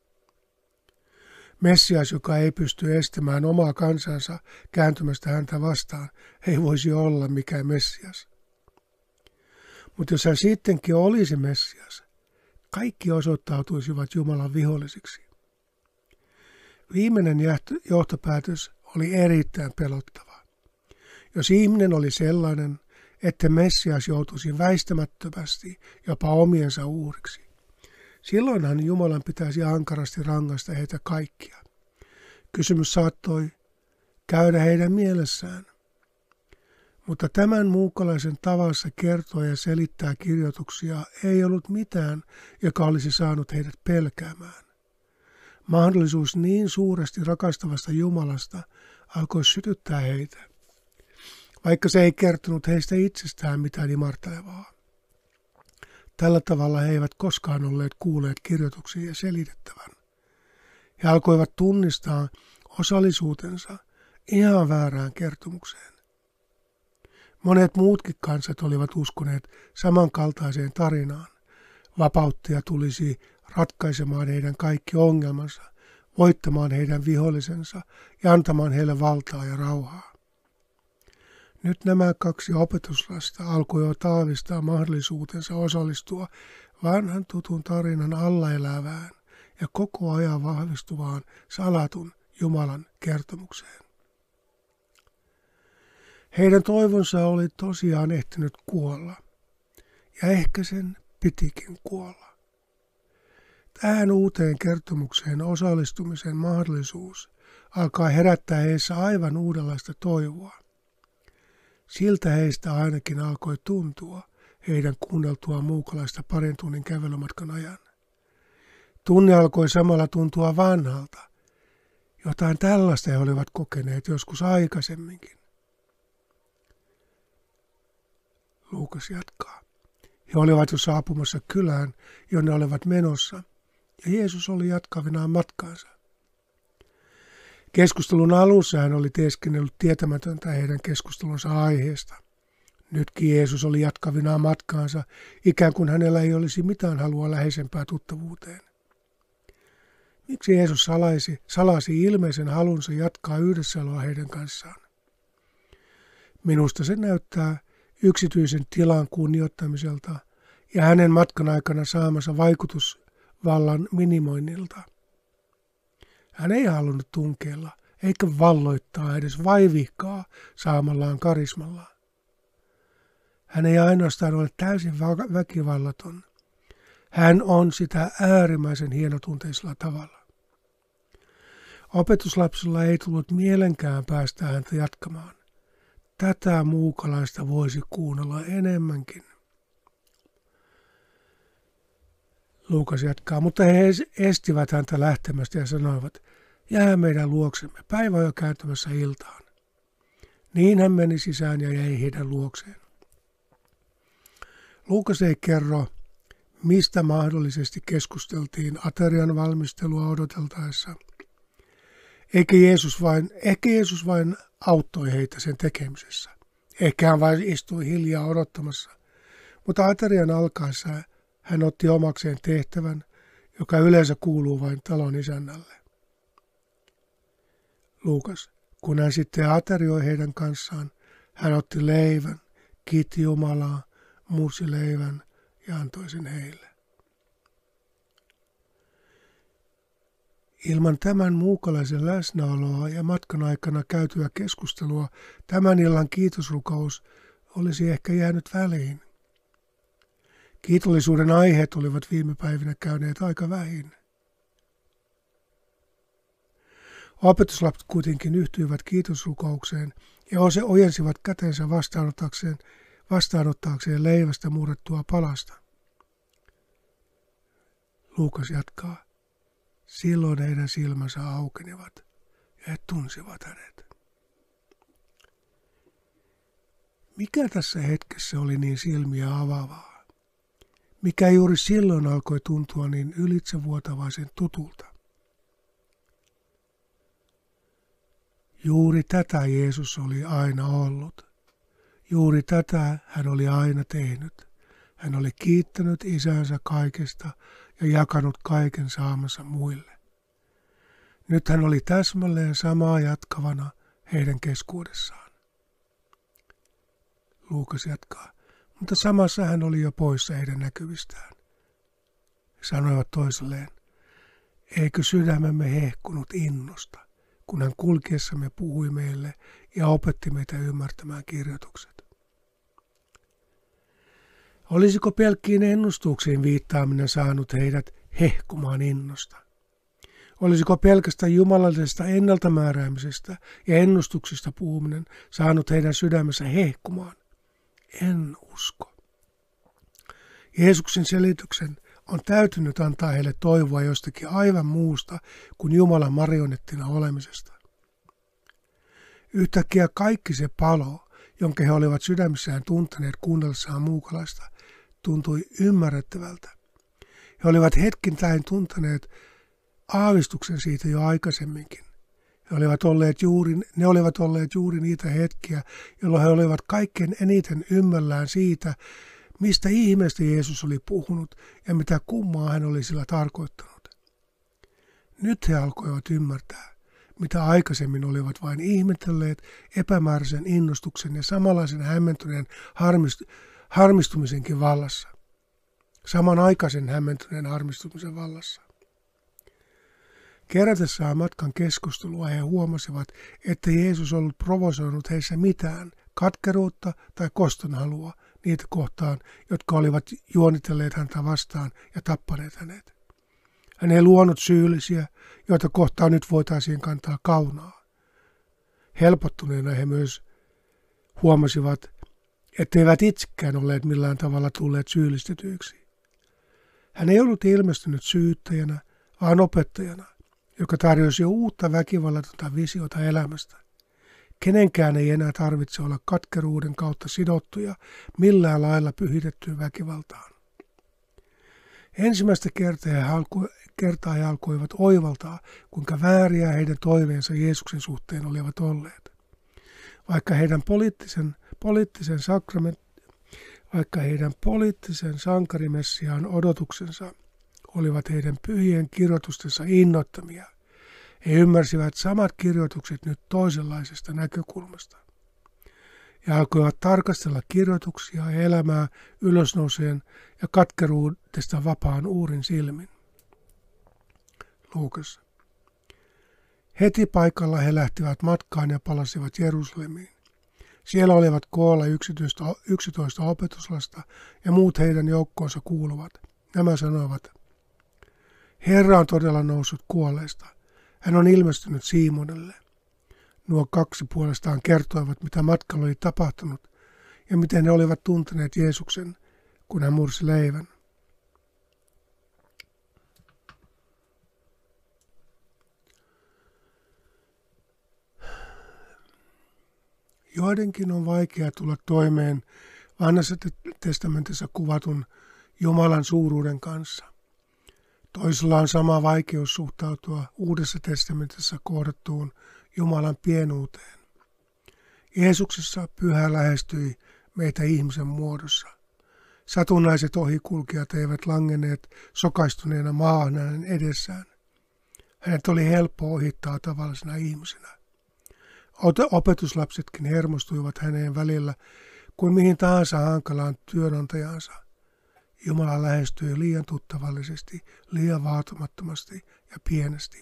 Messias, joka ei pysty estämään omaa kansansa kääntymästä häntä vastaan, ei voisi olla mikään Messias. Mutta jos hän sittenkin olisi Messias, kaikki osoittautuisivat Jumalan vihollisiksi. Viimeinen johtopäätös oli erittäin pelottava. Jos ihminen oli sellainen, että Messias joutuisi väistämättömästi jopa omiensa uhriksi, silloinhan Jumalan pitäisi ankarasti rangaista heitä kaikkia. Kysymys saattoi käydä heidän mielessään. Mutta tämän muukalaisen tavassa kertoa ja selittää kirjoituksia ei ollut mitään, joka olisi saanut heidät pelkäämään. Mahdollisuus niin suuresti rakastavasta Jumalasta alkoi sytyttää heitä, vaikka se ei kertonut heistä itsestään mitään imartelevaa. Tällä tavalla he eivät koskaan olleet kuulleet kirjoituksia selitettävän. He alkoivat tunnistaa osallisuutensa ihan väärään kertomukseen. Monet muutkin kansat olivat uskoneet samankaltaiseen tarinaan. Vapauttaja tulisi ratkaisemaan heidän kaikki ongelmansa, voittamaan heidän vihollisensa ja antamaan heille valtaa ja rauhaa. Nyt nämä kaksi opetuslasta alkoivat aavistaa mahdollisuutensa osallistua vanhan tutun tarinan alla elävään ja koko ajan vahvistuvaan salatun Jumalan kertomukseen. Heidän toivonsa oli tosiaan ehtinyt kuolla, ja ehkä sen pitikin kuolla. Tähän uuteen kertomukseen osallistumisen mahdollisuus alkaa herättää heissä aivan uudenlaista toivoa. Siltä heistä ainakin alkoi tuntua heidän kuunneltuaan muukalaista parin tunnin kävelymatkan ajan. Tunne alkoi samalla tuntua vanhalta. Jotain tällaista he olivat kokeneet joskus aikaisemminkin. Luukas jatkaa. He olivat jo saapumassa kylään, jonne olivat menossa, ja Jeesus oli jatkavinaan matkaansa. Keskustelun alussa hän oli teeskennellyt tietämätöntä heidän keskustelunsa aiheesta. Nytkin Jeesus oli jatkavinaan matkaansa, ikään kuin hänellä ei olisi mitään halua läheisempää tuttavuuteen. Miksi Jeesus salasi ilmeisen halunsa jatkaa yhdessäoloa heidän kanssaan? Minusta se näyttää yksityisen tilan kunnioittamiselta ja hänen matkan aikana saamansa vaikutusvallan minimoinnilta. Hän ei halunnut tunkeilla eikä valloittaa edes vaivihkaa saamallaan karismalla. Hän ei ainoastaan ole täysin väkivallaton. Hän on sitä äärimmäisen hienotunteisella tavalla. Opetuslapsilla ei tullut mielenkään päästä häntä jatkamaan. Tätä muukalaista voisi kuunnella enemmänkin. Luukas jatkaa, mutta he estivät häntä lähtemästä ja sanoivat, jää meidän luoksemme, päivä on jo kääntymässä iltaan. Niin hän meni sisään ja jäi heidän luokseen. Luukas ei kerro, mistä mahdollisesti keskusteltiin aterian valmistelua odoteltaessa. Ehkä Jeesus vain auttoi heitä sen tekemisessä. Ehkä hän vain istui hiljaa odottamassa, mutta aterian alkaessa hän otti omakseen tehtävän, joka yleensä kuuluu vain talon isännälle. Luukas, kun hän sitten aterioi heidän kanssaan, hän otti leivän, kiitti Jumalaa, mursi leivän ja antoi sen heille. Ilman tämän muukalaisen läsnäoloa ja matkan aikana käytyä keskustelua tämän illan kiitosrukous olisi ehkä jäänyt väliin. Kiitollisuuden aiheet olivat viime päivinä käyneet aika vähin. Opetuslapset kuitenkin yhtyivät kiitosrukoukseen ja ojensivat kätensä vastaanottaakseen leivästä murrettua palasta. Luukas jatkaa. Silloin heidän silmänsä aukenivat ja he tunsivat hänet. Mikä tässä hetkessä oli niin silmiä avaavaa? Mikä juuri silloin alkoi tuntua niin ylitsevuotavaisen tutulta? Juuri tätä Jeesus oli aina ollut. Juuri tätä hän oli aina tehnyt. Hän oli kiittänyt isänsä kaikesta ja jakanut kaiken saamansa muille. Nyt hän oli täsmälleen samaa jatkavana heidän keskuudessaan. Luukas jatkaa, mutta samassa hän oli jo poissa heidän näkyvistään. He sanoivat toisilleen, eikö sydämemme hehkunut innosta, kun hän kulkiessamme puhui meille ja opetti meitä ymmärtämään kirjoitukset. Olisiko pelkkiin ennustuksiin viittaaminen saanut heidät hehkumaan innosta? Olisiko pelkästä jumalallisesta ennaltamääräämisestä ja ennustuksista puhuminen saanut heidän sydämensä hehkumaan? En usko. Jeesuksen selityksen on täytynyt antaa heille toivoa jostakin aivan muusta kuin Jumalan marionettina olemisesta. Yhtäkkiä kaikki se palo, jonka he olivat sydämissään tunteneet kuunnellessaan muukalaista, tuntui ymmärrettävältä. He olivat hetkittäin tunteneet aavistuksen siitä jo aikaisemminkin. Ne olivat olleet juuri niitä hetkiä, jolloin he olivat kaikkein eniten ymmällään siitä, mistä ihmeestä Jeesus oli puhunut ja mitä kummaa hän oli sillä tarkoittanut. Nyt he alkoivat ymmärtää, mitä aikaisemmin olivat vain ihmetelleet epämääräisen innostuksen ja samanlaisen hämmentyneen harmistumisenkin vallassa. Samanaikaisen hämmentyneen harmistumisen vallassa. Kerätessään matkan keskustelua he huomasivat, että Jeesus ollut provosoinut heissä mitään, katkeruutta tai kostonhalua niitä kohtaan, jotka olivat juonitelleet häntä vastaan ja tappaneet hänet. Hän ei luonut syyllisiä, joita kohtaan nyt voitaisiin kantaa kaunaa. Helpottuneena he myös huomasivat, etteivät itsekään olleet millään tavalla tulleet syyllistetyiksi. Hän ei ollut ilmestynyt syyttäjänä, vaan opettajana, joka tarjosi uutta väkivallatonta visiota elämästä. Kenenkään ei enää tarvitse olla katkeruuden kautta sidottuja millään lailla pyhitettyyn väkivaltaan. Ensimmäistä kertaa he alkoivat oivaltaa, kuinka vääriä heidän toiveensa Jeesuksen suhteen olivat olleet. Vaikka heidän poliittisen sankarimessiaan odotuksensa olivat heidän pyhien kirjoitustensa innoittamia, he ymmärsivät samat kirjoitukset nyt toisenlaisesta näkökulmasta ja alkoivat tarkastella kirjoituksia ja elämää ylösnouseen ja katkeruudesta vapaan uurin silmin. Luukas. Heti paikalla he lähtivät matkaan ja palasivat Jerusalemiin. Siellä olivat koolla 11 opetuslasta ja muut heidän joukkoonsa kuuluvat. Nämä sanoivat, Herra on todella noussut kuolleista. Hän on ilmestynyt Siimonille. Nuo kaksi puolestaan kertoivat, mitä matkalla oli tapahtunut ja miten he olivat tunteneet Jeesuksen, kun hän mursi leivän. Joidenkin on vaikea tulla toimeen Vanhassa testamentissa kuvatun Jumalan suuruuden kanssa. Toisella on sama vaikeus suhtautua Uudessa testamentissa kohdattuun Jumalan pienuuteen. Jeesuksessa Pyhä lähestyi meitä ihmisen muodossa. Satunnaiset ohikulkijat eivät langenneet sokaistuneena maahan hänen edessään. Hänet oli helppo ohittaa tavallisena ihmisenä. Opetuslapsetkin hermostuivat häneen välillä kuin mihin tahansa hankalaan työnantajansa. Jumala lähestyi liian tuttavallisesti, liian vaatimattomasti ja pienesti.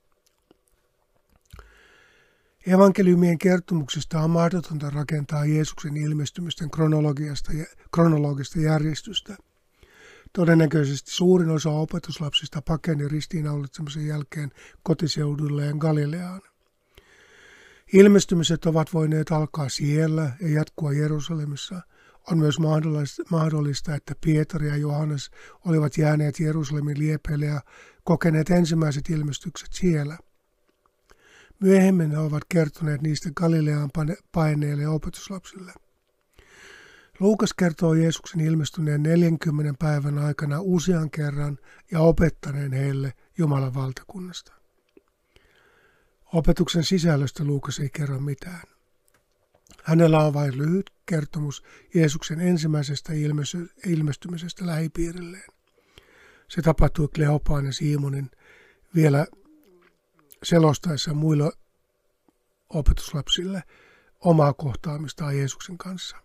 Evankeliumien kertomuksista on mahdotonta rakentaa Jeesuksen ilmestymisten kronologista järjestystä. Todennäköisesti suurin osa opetuslapsista pakeni ristiinnaulitsemisen jälkeen kotiseudulleen Galileaan. Ilmestymiset ovat voineet alkaa siellä ja jatkua Jerusalemissa. On myös mahdollista, että Pietari ja Johannes olivat jääneet Jerusalemin liepeille ja kokeneet ensimmäiset ilmestykset siellä. Myöhemmin he ovat kertoneet niistä Galileaan paineille opetuslapsille. Luukas kertoo Jeesuksen ilmestyneen 40 päivän aikana usean kerran ja opettaneen heille Jumalan valtakunnasta. Opetuksen sisällöstä Luukas ei kerro mitään. Hänellä on vain lyhyt kertomus Jeesuksen ensimmäisestä ilmestymisestä lähipiirilleen. Se tapahtui Kleopaan ja Simonin vielä selostaessa muille opetuslapsille omaa kohtaamistaan Jeesuksen kanssa.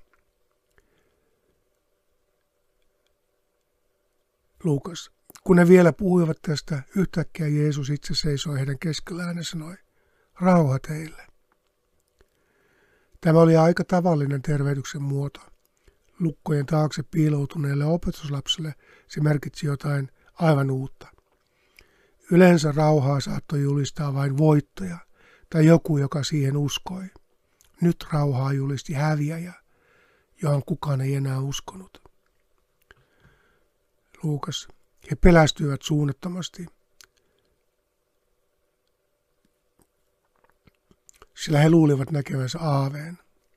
Luukas. Kun he vielä puhuivat tästä, yhtäkkiä Jeesus itse seisoi heidän keskellään ja sanoi, rauha teille. Tämä oli aika tavallinen tervehdyksen muoto. Lukkojen taakse piiloutuneelle opetuslapselle se merkitsi jotain aivan uutta. Yleensä rauhaa saattoi julistaa vain voittaja tai joku, joka siihen uskoi. Nyt rauhaa julisti häviäjä, johon kukaan ei enää uskonut. Luukas. He pelästyivät suunnattomasti, sillä he luulivat näkevänsä aaveen.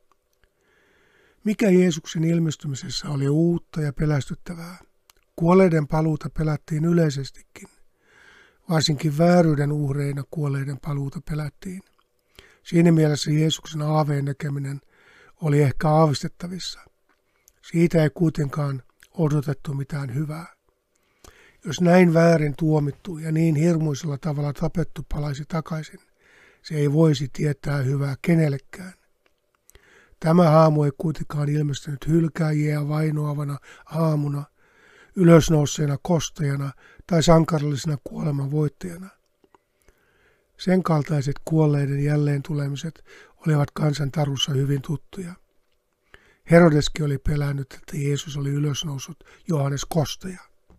Mikä Jeesuksen ilmestymisessä oli uutta ja pelästyttävää? Kuolleiden paluuta pelättiin yleisestikin. Varsinkin vääryyden uhreina kuolleiden paluuta pelättiin. Siinä mielessä Jeesuksen aaveen näkeminen oli ehkä aavistettavissa. Siitä ei kuitenkaan odotettu mitään hyvää. Jos näin väärin tuomittu ja niin hirmuisella tavalla tapettu palaisi takaisin, se ei voisi tietää hyvää kenellekään. Tämä haamu ei kuitenkaan ilmestynyt hylkääjiä vainoavana haamuna, ylösnouseena kostajana tai sankarillisena kuoleman voittajana. Sen kaltaiset kuolleiden jälleen tulemiset olivat kansan tarussa hyvin tuttuja. Herodeskin oli pelännyt, että Jeesus oli ylösnousut Johannes kostaja.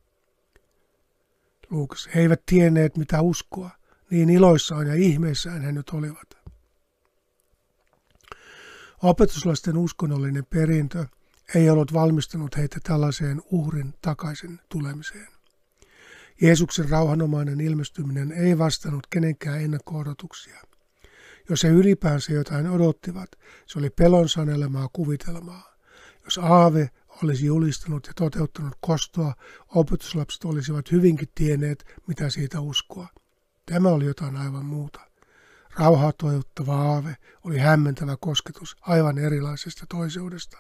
Luukas, he eivät tienneet mitä uskoa, niin iloissaan ja ihmeissään he nyt olivat. Opetuslasten uskonnollinen perintö ei ollut valmistanut heitä tällaiseen uhrin takaisin tulemiseen. Jeesuksen rauhanomainen ilmestyminen ei vastannut kenenkään ennakko-odotuksia. Jos he ylipäänsä jotain odottivat, se oli pelon sanelemaa kuvitelmaa. Jos aave olisi julistanut ja toteuttanut kostoa, opetuslapset olisivat hyvinkin tienneet, mitä siitä uskoa. Tämä oli jotain aivan muuta. Rauhaa toivottava aave oli hämmentävä kosketus aivan erilaisesta toiseudesta.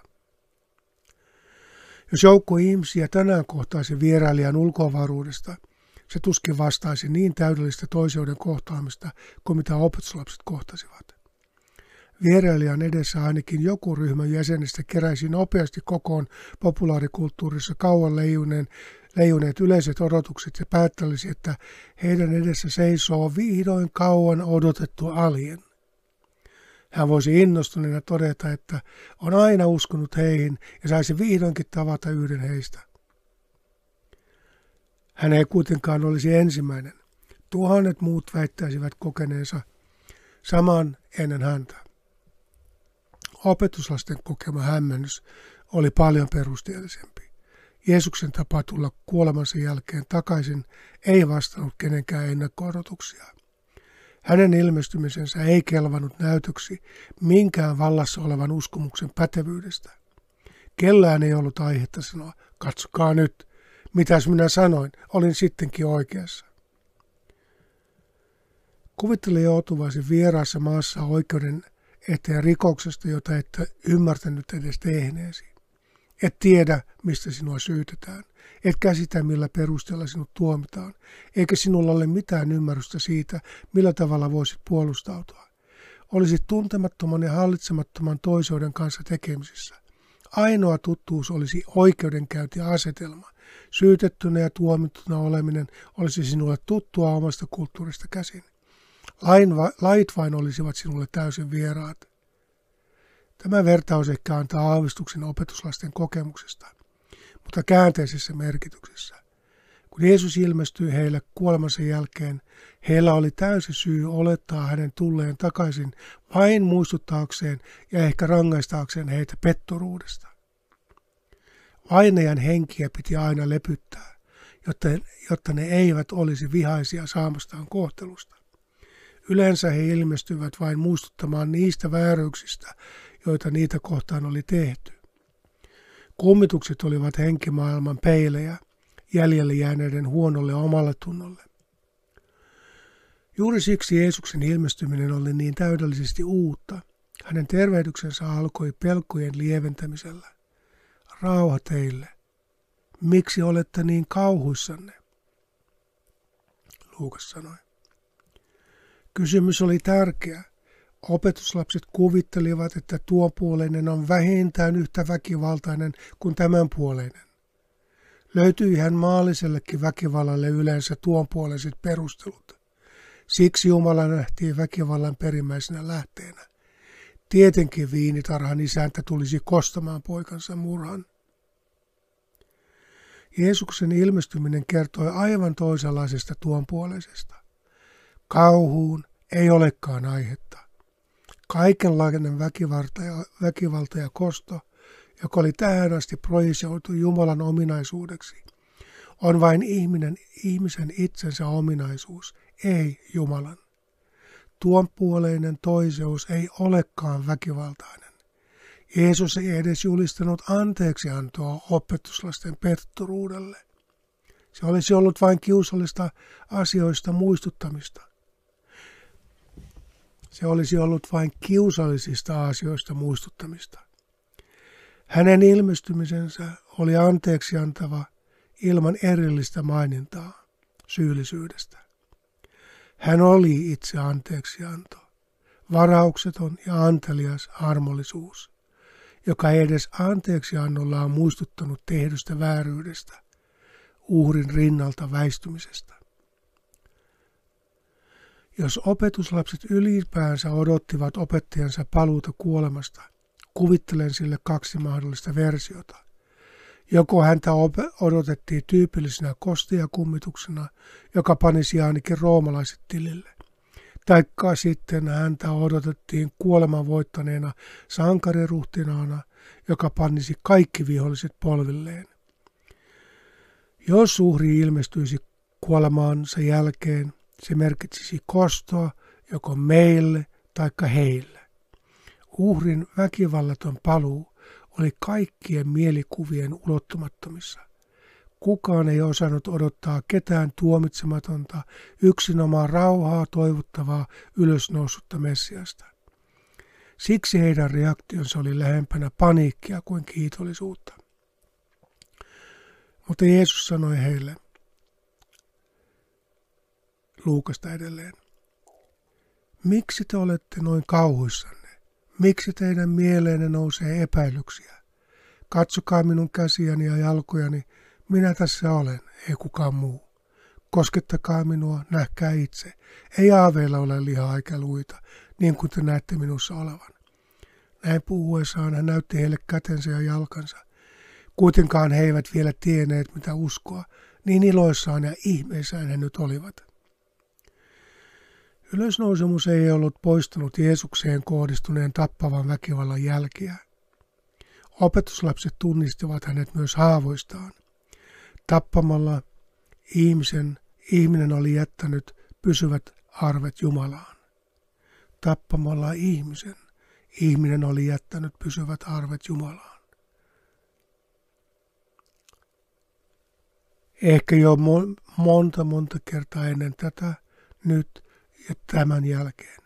Jos joukko ihmisiä tänään kohtaisi vierailijan ulkoavaruudesta, se tuskin vastaisi niin täydellistä toiseuden kohtaamista kuin mitä opetuslapset kohtasivat. Vierailijan edessä ainakin joku ryhmän jäsenistä keräisi nopeasti kokoon populaarikulttuurissa kauan leijuneet yleiset odotukset ja päättelisi, että heidän edessä seisoo vihdoin kauan odotettu alien. Hän voisi innostuneena todeta, että on aina uskonut heihin ja saisi vihdoinkin tavata yhden heistä. Hän ei kuitenkaan olisi ensimmäinen. Tuhannet muut väittäisivät kokeneensa saman ennen häntä. Opetuslasten kokema hämmennys oli paljon perusteellisempi. Jeesuksen tapa tulla kuolemansa jälkeen takaisin ei vastannut kenenkään ennakko-odotuksia. Hänen ilmestymisensä ei kelvannut näytöksi minkään vallassa olevan uskomuksen pätevyydestä. Kellään ei ollut aihetta sanoa, katsokaa nyt, mitäs minä sanoin, olin sittenkin oikeassa. Kuvittele joutuvasi vieraassa maassa oikeuden eteen rikoksesta, jota et ymmärtänyt edes tehneesi. Et tiedä, mistä sinua syytetään. Et käsitä, millä perusteella sinut tuomitaan. Eikä sinulla ole mitään ymmärrystä siitä, millä tavalla voisit puolustautua. Olisit tuntemattoman ja hallitsemattoman toiseuden kanssa tekemisissä. Ainoa tuttuus olisi oikeudenkäyntiasetelma. Syytettynä ja tuomittuna oleminen olisi sinulle tuttua omasta kulttuurista käsin. Lait vain olisivat sinulle täysin vieraat. Tämä vertaus ehkä antaa aavistuksen opetuslasten kokemuksesta, mutta käänteisessä merkityksessä. Kun Jeesus ilmestyi heille kuolemansa jälkeen, heillä oli täysi syy olettaa hänen tulleen takaisin vain muistuttaakseen ja ehkä rangaistaakseen heitä petturuudesta. Vainajan henkiä piti aina lepyttää, jotta ne eivät olisi vihaisia saamastaan kohtelusta. Yleensä he ilmestyivät vain muistuttamaan niistä vääryyksistä, joita niitä kohtaan oli tehty. Kummitukset olivat henkimaailman peilejä jäljelle jääneiden huonolle omalle tunnolle. Juuri siksi Jeesuksen ilmestyminen oli niin täydellisesti uutta. Hänen tervehdyksensä alkoi pelkojen lieventämisellä. Rauha teille. Miksi olette niin kauhuissanne? Luukas sanoi. Kysymys oli tärkeä. Opetuslapset kuvittelivat, että tuo puoleinen on vähintään yhtä väkivaltainen kuin tämän puoleinen. Löytyihän maallisellekin väkivallalle yleensä tuon puoleiset perustelut. Siksi Jumala nähtiin väkivallan perimmäisenä lähteenä. Tietenkin viinitarhan isäntä tulisi kostamaan poikansa murhan. Jeesuksen ilmestyminen kertoi aivan toisenlaisesta tuonpuoleisesta. Kauhuun ei olekaan aihetta. Kaikenlainen väkivalta ja kosto, joka oli tähän asti projisoitu Jumalan ominaisuudeksi, on vain ihmisen itsensä ominaisuus, ei Jumalan. Tuonpuoleinen toiseus ei olekaan väkivaltainen. Jeesus ei edes julistanut anteeksiantoa opetuslasten petturuudelle. Se olisi ollut vain kiusallista asioista muistuttamista. Se olisi ollut vain kiusallisista asioista muistuttamista. Hänen ilmestymisensä oli anteeksiantava ilman erillistä mainintaa syyllisyydestä. Hän oli itse anteeksianto, varaukseton ja antelias armollisuus, joka ei edes anteeksiannollaan muistuttanut tehdystä vääryydestä, uhrin rinnalta väistymisestä. Jos opetuslapset ylipäänsä odottivat opettajansa paluuta kuolemasta, kuvittelen sille kaksi mahdollista versiota. Joko häntä odotettiin tyypillisenä kostiakummituksena, joka panisi ainakin roomalaiset tilille, taikka sitten häntä odotettiin kuoleman voittaneena sankariruhtinaana, joka pannisi kaikki viholliset polvilleen. Jos uhri ilmestyisi kuolemaansa jälkeen, se merkitsisi kostoa joko meille taikka heillä. Uhrin väkivallaton paluu oli kaikkien mielikuvien ulottumattomissa. Kukaan ei osannut odottaa ketään tuomitsematonta, yksinomaan rauhaa toivottavaa ylösnousutta Messiasta. Siksi heidän reaktionsa oli lähempänä paniikkia kuin kiitollisuutta. Mutta Jeesus sanoi heille, Luukasta edelleen, miksi te olette noin kauhuissanne? Miksi teidän mieleenne nousee epäilyksiä? Katsokaa minun käsiäni ja jalkojani, minä tässä olen, ei kukaan muu. Koskettakaa minua, nähkää itse. Ei aaveilla ole lihaa eikä luita, niin kuin te näette minussa olevan. Näin puhuessaan hän näytti heille kätensä ja jalkansa. Kuitenkaan he eivät vielä tienneet, mitä uskoa, niin iloissaan ja ihmeissään he nyt olivat. Ylösnousemus ei ollut poistanut Jeesukseen kohdistuneen tappavan väkivallan jälkiä. Opetuslapset tunnistivat hänet myös haavoistaan. Tappamalla ihminen oli jättänyt pysyvät arvet Jumalaan. Tappamalla ihminen oli jättänyt pysyvät arvet Jumalaan. Ehkä jo monta kertaa ennen tätä, nyt ja tämän jälkeen.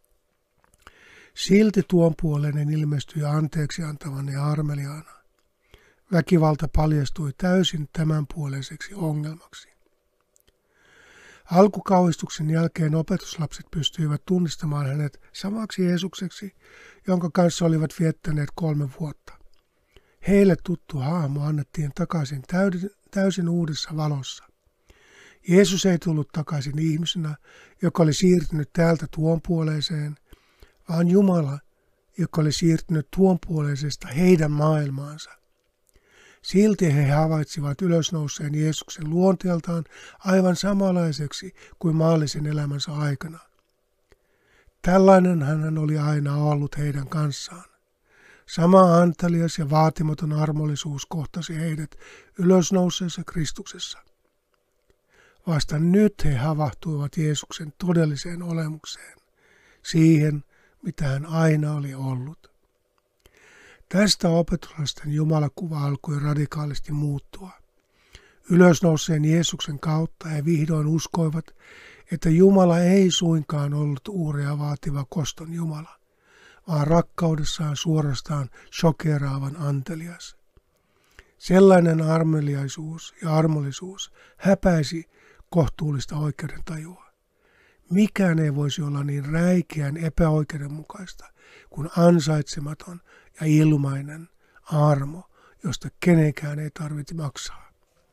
Silti tuonpuoleinen ilmestyi anteeksi antavan ja armeliaana. Väkivalta paljastui täysin tämänpuoleiseksi ongelmaksi. Alkukauhistuksen jälkeen opetuslapset pystyivät tunnistamaan hänet samaksi Jeesukseksi, jonka kanssa olivat viettäneet 3 vuotta. Heille tuttu hahmo annettiin takaisin täysin uudessa valossa. Jeesus ei tullut takaisin ihmisenä, joka oli siirtynyt täältä tuonpuoleiseen, vaan Jumala, joka oli siirtynyt tuonpuoleisesta heidän maailmaansa. Silti he havaitsivat ylösnouseen Jeesuksen luonteeltaan aivan samanlaiseksi kuin maallisen elämänsä aikana. Tällainen hän oli aina ollut heidän kanssaan. Sama antelias ja vaatimaton armollisuus kohtasi heidät ylösnouseessa Kristuksessa. Vasta nyt he havahtuivat Jeesuksen todelliseen olemukseen, siihen, mitä hän aina oli ollut. Tästä opetuslasten Jumalakuva alkoi radikaalisti muuttua. Ylösnouseen Jeesuksen kautta he vihdoin uskoivat, että Jumala ei suinkaan ollut uurea vaativa koston Jumala, vaan rakkaudessaan suorastaan shokeraavan antelias. Sellainen armeliaisuus ja armollisuus häpäisi kohtuullista oikeudentajua. Mikään ei voisi olla niin räikeän epäoikeudenmukaista kuin ansaitsematon ja ilmainen armo, josta kenenkään ei tarvitse maksaa.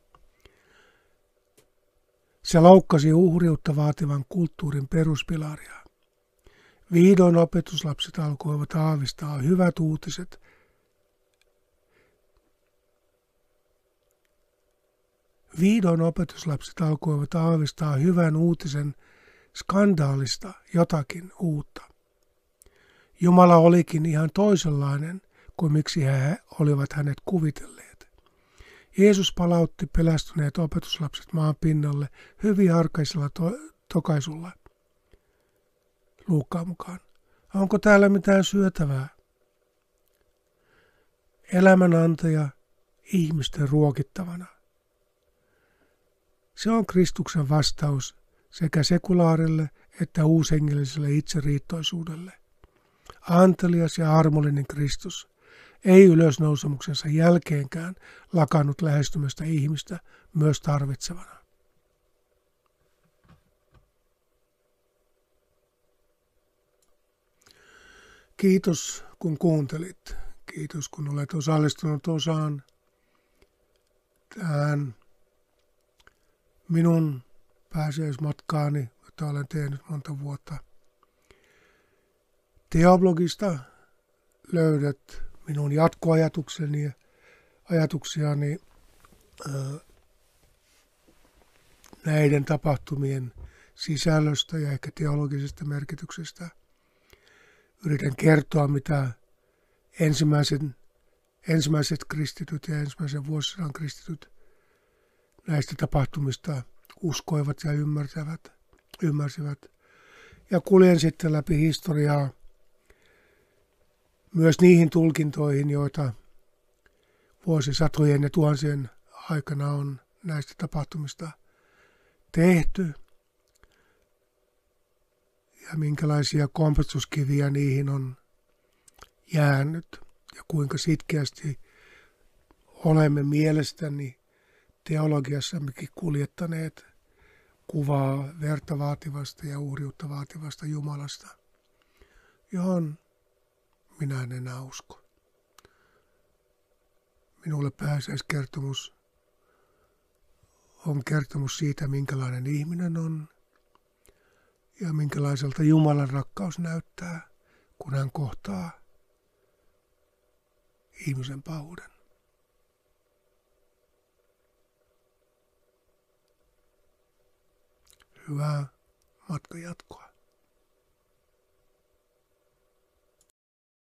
Se loukkasi uhriutta vaativan kulttuurin peruspilaria. Vihdoin opetuslapset alkoivat aavistaa hyvät uutiset hyvän uutisen skandaalista jotakin uutta. Jumala olikin ihan toisenlainen kuin miksi he olivat hänet kuvitelleet. Jeesus palautti pelästyneet opetuslapset maan pinnalle hyvin arkaisella tokaisulla. Luukkaan mukaan. Onko täällä mitään syötävää? Elämänantaja ihmisten ruokittavana. Se on Kristuksen vastaus sekä sekulaarille että uushengelliselle itseriittoisuudelle. Antelias ja armollinen Kristus ei ylösnousemuksensa jälkeenkään lakannut lähestymästä ihmistä myös tarvitsevana. Kiitos kun kuuntelit. Kiitos kun olet osallistunut osaan tähän minun pääsiäismatkaani, jota olen tehnyt monta vuotta. Teoblogista löydät minun ajatuksiani näiden tapahtumien sisällöstä ja ehkä teologisesta merkityksestä. Yritän kertoa, mitä ensimmäiset kristityt ja ensimmäisen vuosisadan kristityt näistä tapahtumista uskoivat ja ymmärsivät. ja kuljen sitten läpi historiaa myös niihin tulkintoihin, joita vuosisatojen ja tuhansien aikana on näistä tapahtumista tehty ja minkälaisia kompastuskiviä niihin on jäänyt ja kuinka sitkeästi olemme mielestäni teologiassammekin kuljettaneet kuvaa verta vaativasta ja uhriutta vaativasta Jumalasta, johon minä en enää usko. Minulle pääsiäiskertomus on kertomus siitä, minkälainen ihminen on ja minkälaiselta Jumalan rakkaus näyttää, kun hän kohtaa ihmisen pahuuden. Hyvää matkan jatkoa.